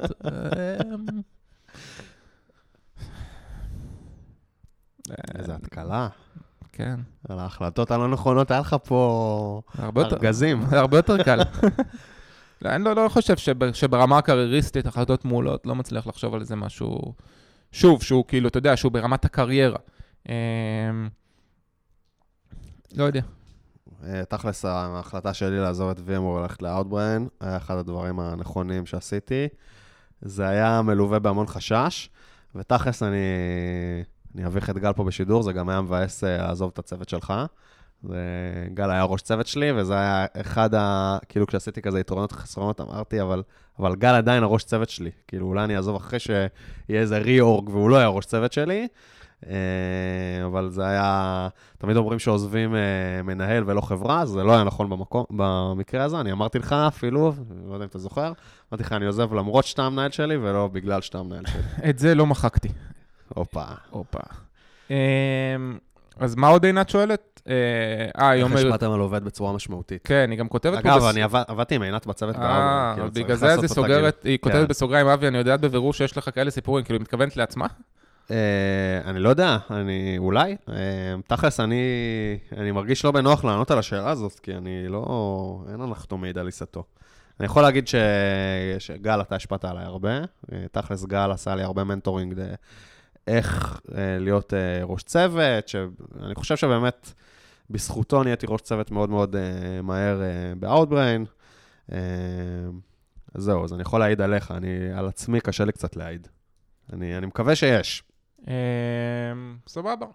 איזה התקלה. כן. על ההחלטות הלא נכונות, היה לך פה ארגזים. זה הרבה יותר קל. אני לא חושב שברמה הקרייריסטית, החלטות מעולות, לא מצליח לחשוב על איזה משהו, שוב, שהוא כאילו, אתה יודע, שהוא ברמת הקריירה. לא יודע. תכלס, ההחלטה שלי לעזוב את VMware וללכת ל-Outbrain, היה אחד הדברים הנכונים שעשיתי. זה היה מלווה בהמון חשש, ותכלס אני אביך את גל פה בשידור, זה גם היה מבאס לעזוב את הצוות שלך. גל היה ראש צוות שלי, וזה היה אחד כאילו כשעשיתי כזה יתרונות וחסרונות, אמרתי, אבל גל עדיין הראש צוות שלי. כאילו אולי אני אעזוב אחרי שיהיה איזה רי-אורג, והוא לא היה ראש צוות שלי. אבל זה היה, תמיד אומרים שעוזבים מנהל ולא חברה, זה לא היה נכון במקרה הזה, אני אמרתי לך אפילו, לא יודע אם אתה זוכר, אמרתי לך, אני עוזב למרות שאתה המנהל שלי, ולא בגלל שאתה המנהל שלי. את זה לא מחקתי. הופה. אז מה עוד עינת שואלת? איך השפעתם על עובד בצורה משמעותית? כן, היא גם כותבת... אגב, אני עבדתי עם עינת בצוות בעולם. בגלל זה זה סוגרת, היא כותבת בסוגריים, אבי, אני יודעת בבירור שיש לך כאלה סיפורים, כאילו היא מתכוונת לעצמה? אני לא יודע, אולי. תכלס, אני מרגיש לא בנוח לענות על השאלה הזאת, כי אין הנחתום מידע על עיסתו. אני יכול להגיד שגל, אתה השפעת עליי הרבה. תכלס, גל עשה לי הרבה מנטורינג איך להיות ראש צוות, שאני חושב שבאמת בזכותו נהייתי ראש צוות מאוד מאוד מהר ב-Outbrain. אז זהו, אז אני יכול להעיד עליך, על עצמי קשה לי קצת להעיד. אני מקווה שיש. סבבה.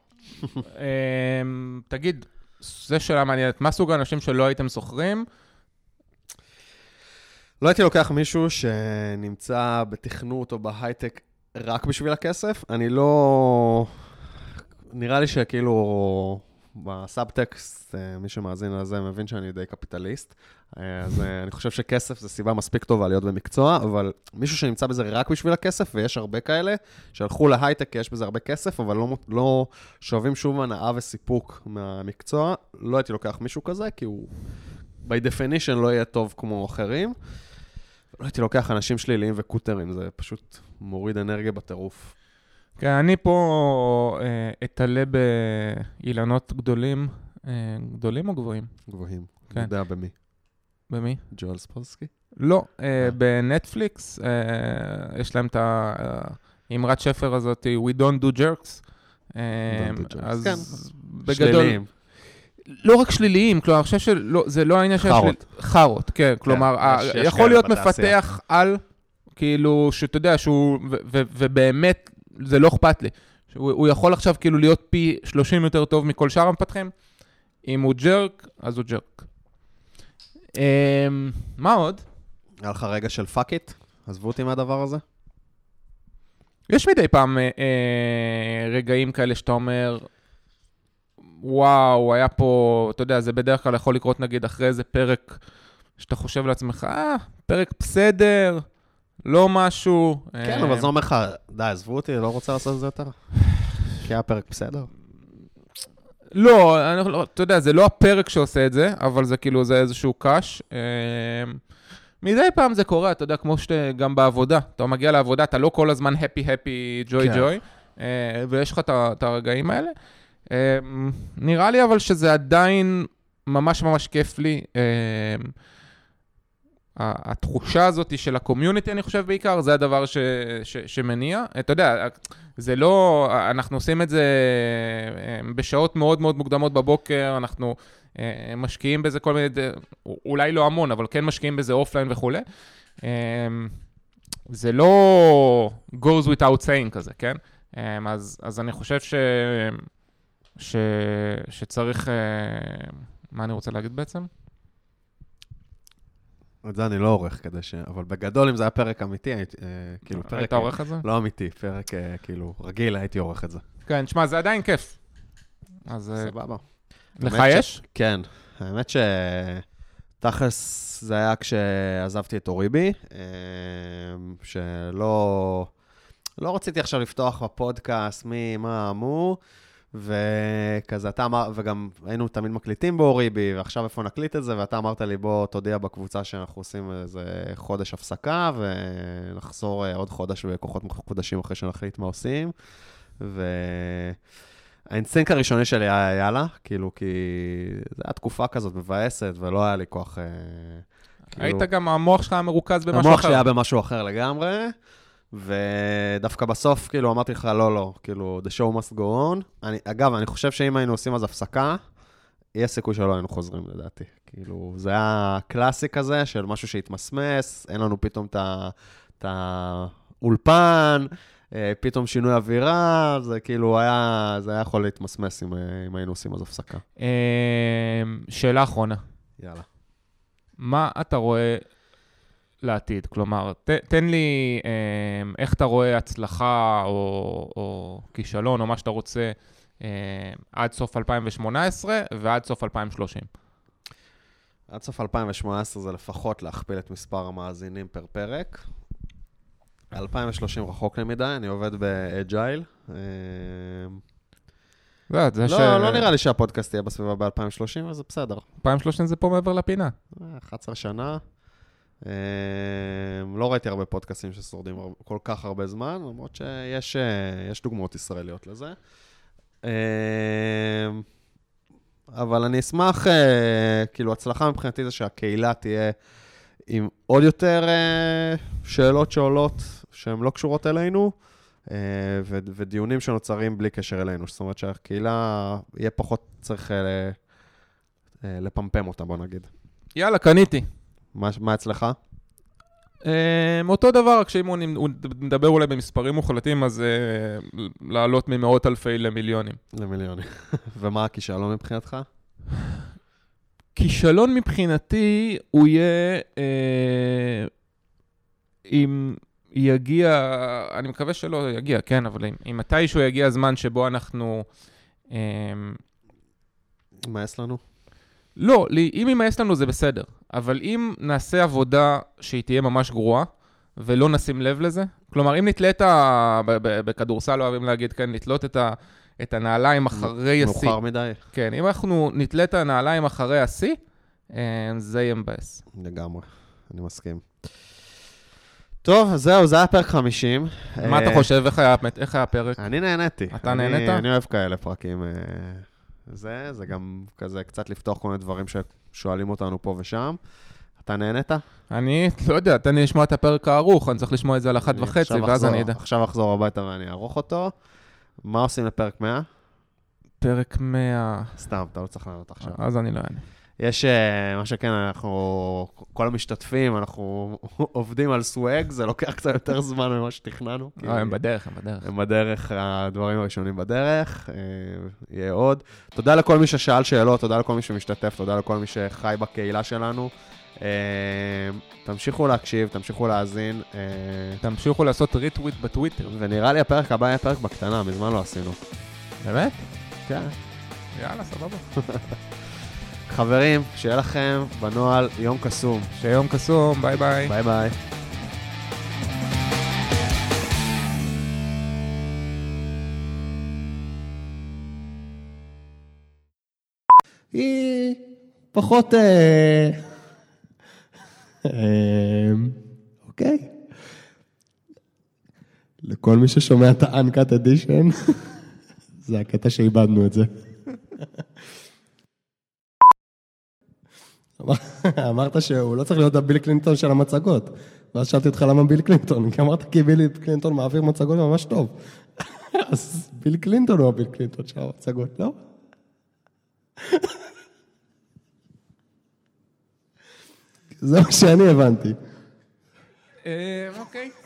תגיד, זו שאלה מעניינת, מה סוג האנשים שלא הייתם זוכרים? לא הייתי לוקח מישהו שנמצא בתכנות או בהייטק רק בשביל הכסף. אני לא... נראה לי שכאילו בסאבטקסט, מי שמאזין על זה מבין שאני די קפיטליסט. אז אני חושב שכסף זה סיבה מספיק טובה להיות במקצוע, אבל מישהו שנמצא בזה רק בשביל הכסף, ויש הרבה כאלה שהלכו להייטק כי יש בזה הרבה כסף, אבל לא שואבים שום הנאה וסיפוק מהמקצוע. לא הייתי לוקח מישהו כזה, כי הוא by definition לא יהיה טוב כמו אחרים. לא הייתי לוקח אנשים שליליים וקוטרים, זה פשוט מוריד אנרגיה בטירוף. כן, אני פה תעלה באילנות גדולים, גדולים או גבוהים? גבוהים. כן. יודע במי? במי? ג'ואל ספולסקי? לא, בנטפליקס, יש להם את האמרת שפר הזאת, We don't do jerks. אז שליליים. לא רק שליליים, כלומר, אני חושב שזה לא העניין של חרות, כן, כלומר, יכול להיות מפתח על, כאילו, שאתה יודע, ובאמת, זה לא אכפת לי. הוא יכול עכשיו כאילו להיות פי 30 יותר טוב מכל שאר המפתחים. אם הוא ג'רק, אז הוא ג'רק. מה עוד? היה לך רגע של fuck it? עזבו אותי מהדבר הזה? יש מדי פעם רגעים כאלה שאתה אומר, וואו, היה פה, אתה יודע, זה בדרך כלל יכול לקרות נגיד אחרי איזה פרק, שאתה חושב לעצמך, פרק בסדר, לא משהו. כן, אבל זה אומר לך, די, עזבו אותי, לא רוצה לעשות את זה יותר. כי היה פרק בסדר. לא, אתה יודע, זה לא הפרק שעושה את זה, אבל זה כאילו, זה איזשהו קש. מדי פעם זה קורה, אתה יודע, כמו שגם בעבודה, אתה מגיע לעבודה, אתה לא כל הזמן happy, joy, ויש לך את הרגעים האלה. נראה לי אבל שזה עדיין ממש ממש כיף לי. התחושה הזאת של הקומיוניטי, אני חושב בעיקר, זה הדבר שמניע. אתה יודע, זה לא, אנחנו עושים את זה בשעות מאוד מאוד מוקדמות בבוקר, אנחנו משקיעים בזה כל מיני, אולי לא המון, אבל כן משקיעים בזה אופליין וכו'. זה לא goes without saying כזה, כן? אז אני חושב שצריך, מה אני רוצה להגיד בעצם? את זה אני לא עורך כדי אבל בגדול אם זה היה פרק אמיתי, כאילו פרק... היית עורך את זה? לא אמיתי, פרק כאילו רגיל, הייתי עורך את זה. כן, תשמע, זה עדיין כיף. אז... סבבה. לך יש? כן, האמת שתכלס זה היה כשעזבתי את אוריבי, שלא רציתי עכשיו לפתוח בפודקאסט מה אמור, וכזה אתה אמר, וגם היינו תמיד מקליטים באוריבי, ועכשיו איפה נקליט את זה, ואתה אמרת לי בוא תודיע בקבוצה שאנחנו עושים איזה חודש הפסקה, ונחזור עוד חודש בכוחות מחודשים אחרי שנחליט מה עושים, האינסטינקט הראשוני שלי היה יאללה, כאילו כי זה היה תקופה כזאת מבאסת, ולא היה לי כוח... היית גם, המוח שלך מרוכז במשהו אחר. המוח שלי היה במשהו אחר לגמרי, ודווקא בסוף, כאילו, אמרתי לך, לא, כאילו, the show must go on. אגב, אני חושב שאם היינו עושים אז הפסקה, יהיה סיכוי שלא היינו חוזרים, לדעתי. כאילו, זה היה קלאסי כזה, של משהו שהתמסמס, אין לנו פתאום את האולפן, פתאום שינוי אווירה, זה כאילו זה היה יכול להתמסמס אם היינו עושים אז הפסקה. שאלה אחרונה. יאללה. מה אתה רואה לעתיד? כלומר, תן לי איך אתה רואה הצלחה או כישלון או מה שאתה רוצה עד סוף 2018 ועד סוף 2030. עד סוף 2018 זה לפחות להכפיל את מספר המאזינים פר פרק. 2030 רחוק למדי, אני עובד באג'ייל. לא נראה לי שהפודקאסט יהיה בסביבה ב-2030, אבל זה בסדר. 2030 זה פה מעבר לפינה. 11 שנה. לא ראיתי הרבה פודקאסטים ששורדים כל כך הרבה זמן, למרות שיש דוגמאות ישראליות לזה. אבל אני אשמח, כאילו הצלחה מבחינתי זה שהקהילה תהיה עם עוד יותר שאלות שעולות שהן לא קשורות אלינו, ודיונים שנוצרים בלי קשר אלינו. זאת אומרת שהקהילה יהיה פחות צריך לפמפם אותה, בוא נגיד. יאללה, קניתי. מה אצלך? אותו דבר, רק שאם הוא מדבר אולי במספרים מוחלטים, אז לעלות ממאות אלפי למיליונים. למיליונים. ומה הכישלון מבחינתך? כישלון מבחינתי הוא יהיה, אם יגיע, אני מקווה שלא יגיע, כן, אבל אם מתישהו יגיע הזמן שבו אנחנו... ימאס לנו? לא, אם ימאס לנו זה בסדר, אבל אם נעשה עבודה שהיא תהיה ממש גרועה, ולא נשים לב לזה, כלומר, אם נתלה בכדורסל, לא אוהבים להגיד, כן, נתלות את הנעליים אחרי השיא. מאוחר מדי. כן, אם אנחנו נתלה את הנעליים אחרי השיא, זה יהיה מבאס. לגמרי, אני מסכים. טוב, זהו, זה היה פרק 50. מה אתה חושב? איך היה הפרק? אני נהניתי. אתה נהנית? אני אוהב כאלה פרקים. זה גם כזה קצת לפתוח כל מיני דברים ששואלים אותנו פה ושם. אתה נהנית? אני לא יודע, תן לי לשמוע את הפרק הארוך, אני צריך לשמוע את זה על 1:30, ואז אני יודע. עכשיו אחזור הביתה ואני אערוך אותו. מה עושים לפרק 100? פרק 100... סתם, אתה לא צריך לענות עכשיו. אז אני לא אענה. יש מה שכן, כל המשתתפים, אנחנו עובדים על סוואג, זה לוקח קצת יותר זמן ממה שתכננו. הם בדרך. הם בדרך, הדברים הראשונים בדרך, יהיה עוד. תודה לכל מי ששאל שאלות, תודה לכל מי שמשתתף, תודה לכל מי שחי בקהילה שלנו. תמשיכו להקשיב, תמשיכו להאזין. תמשיכו לעשות ריטוויט בטוויטר. ונראה לי הפרק הבא היה פרק בקטנה, מזמן לא עשינו. באמת? כן. יאללה, סבבה. חברים, שיהיה לכם בנועל יום קסום. שיהיה יום קסום, ביי ביי. ביי ביי. היא פחות... אוקיי. לכל מי ששומע את ה-Uncut Edition, זה הקטע שאיבדנו את זה. אמרת שהוא לא צריך להיות הביל קלינטון של המצגות. ואז שאלתי אותך למה ביל קלינטון, כי אמרת כי ביל קלינטון מעביר מצגות ממש טוב. אז ביל קלינטון הוא הביל קלינטון של המצגות, לא? זה מה שאני הבנתי. אוקיי.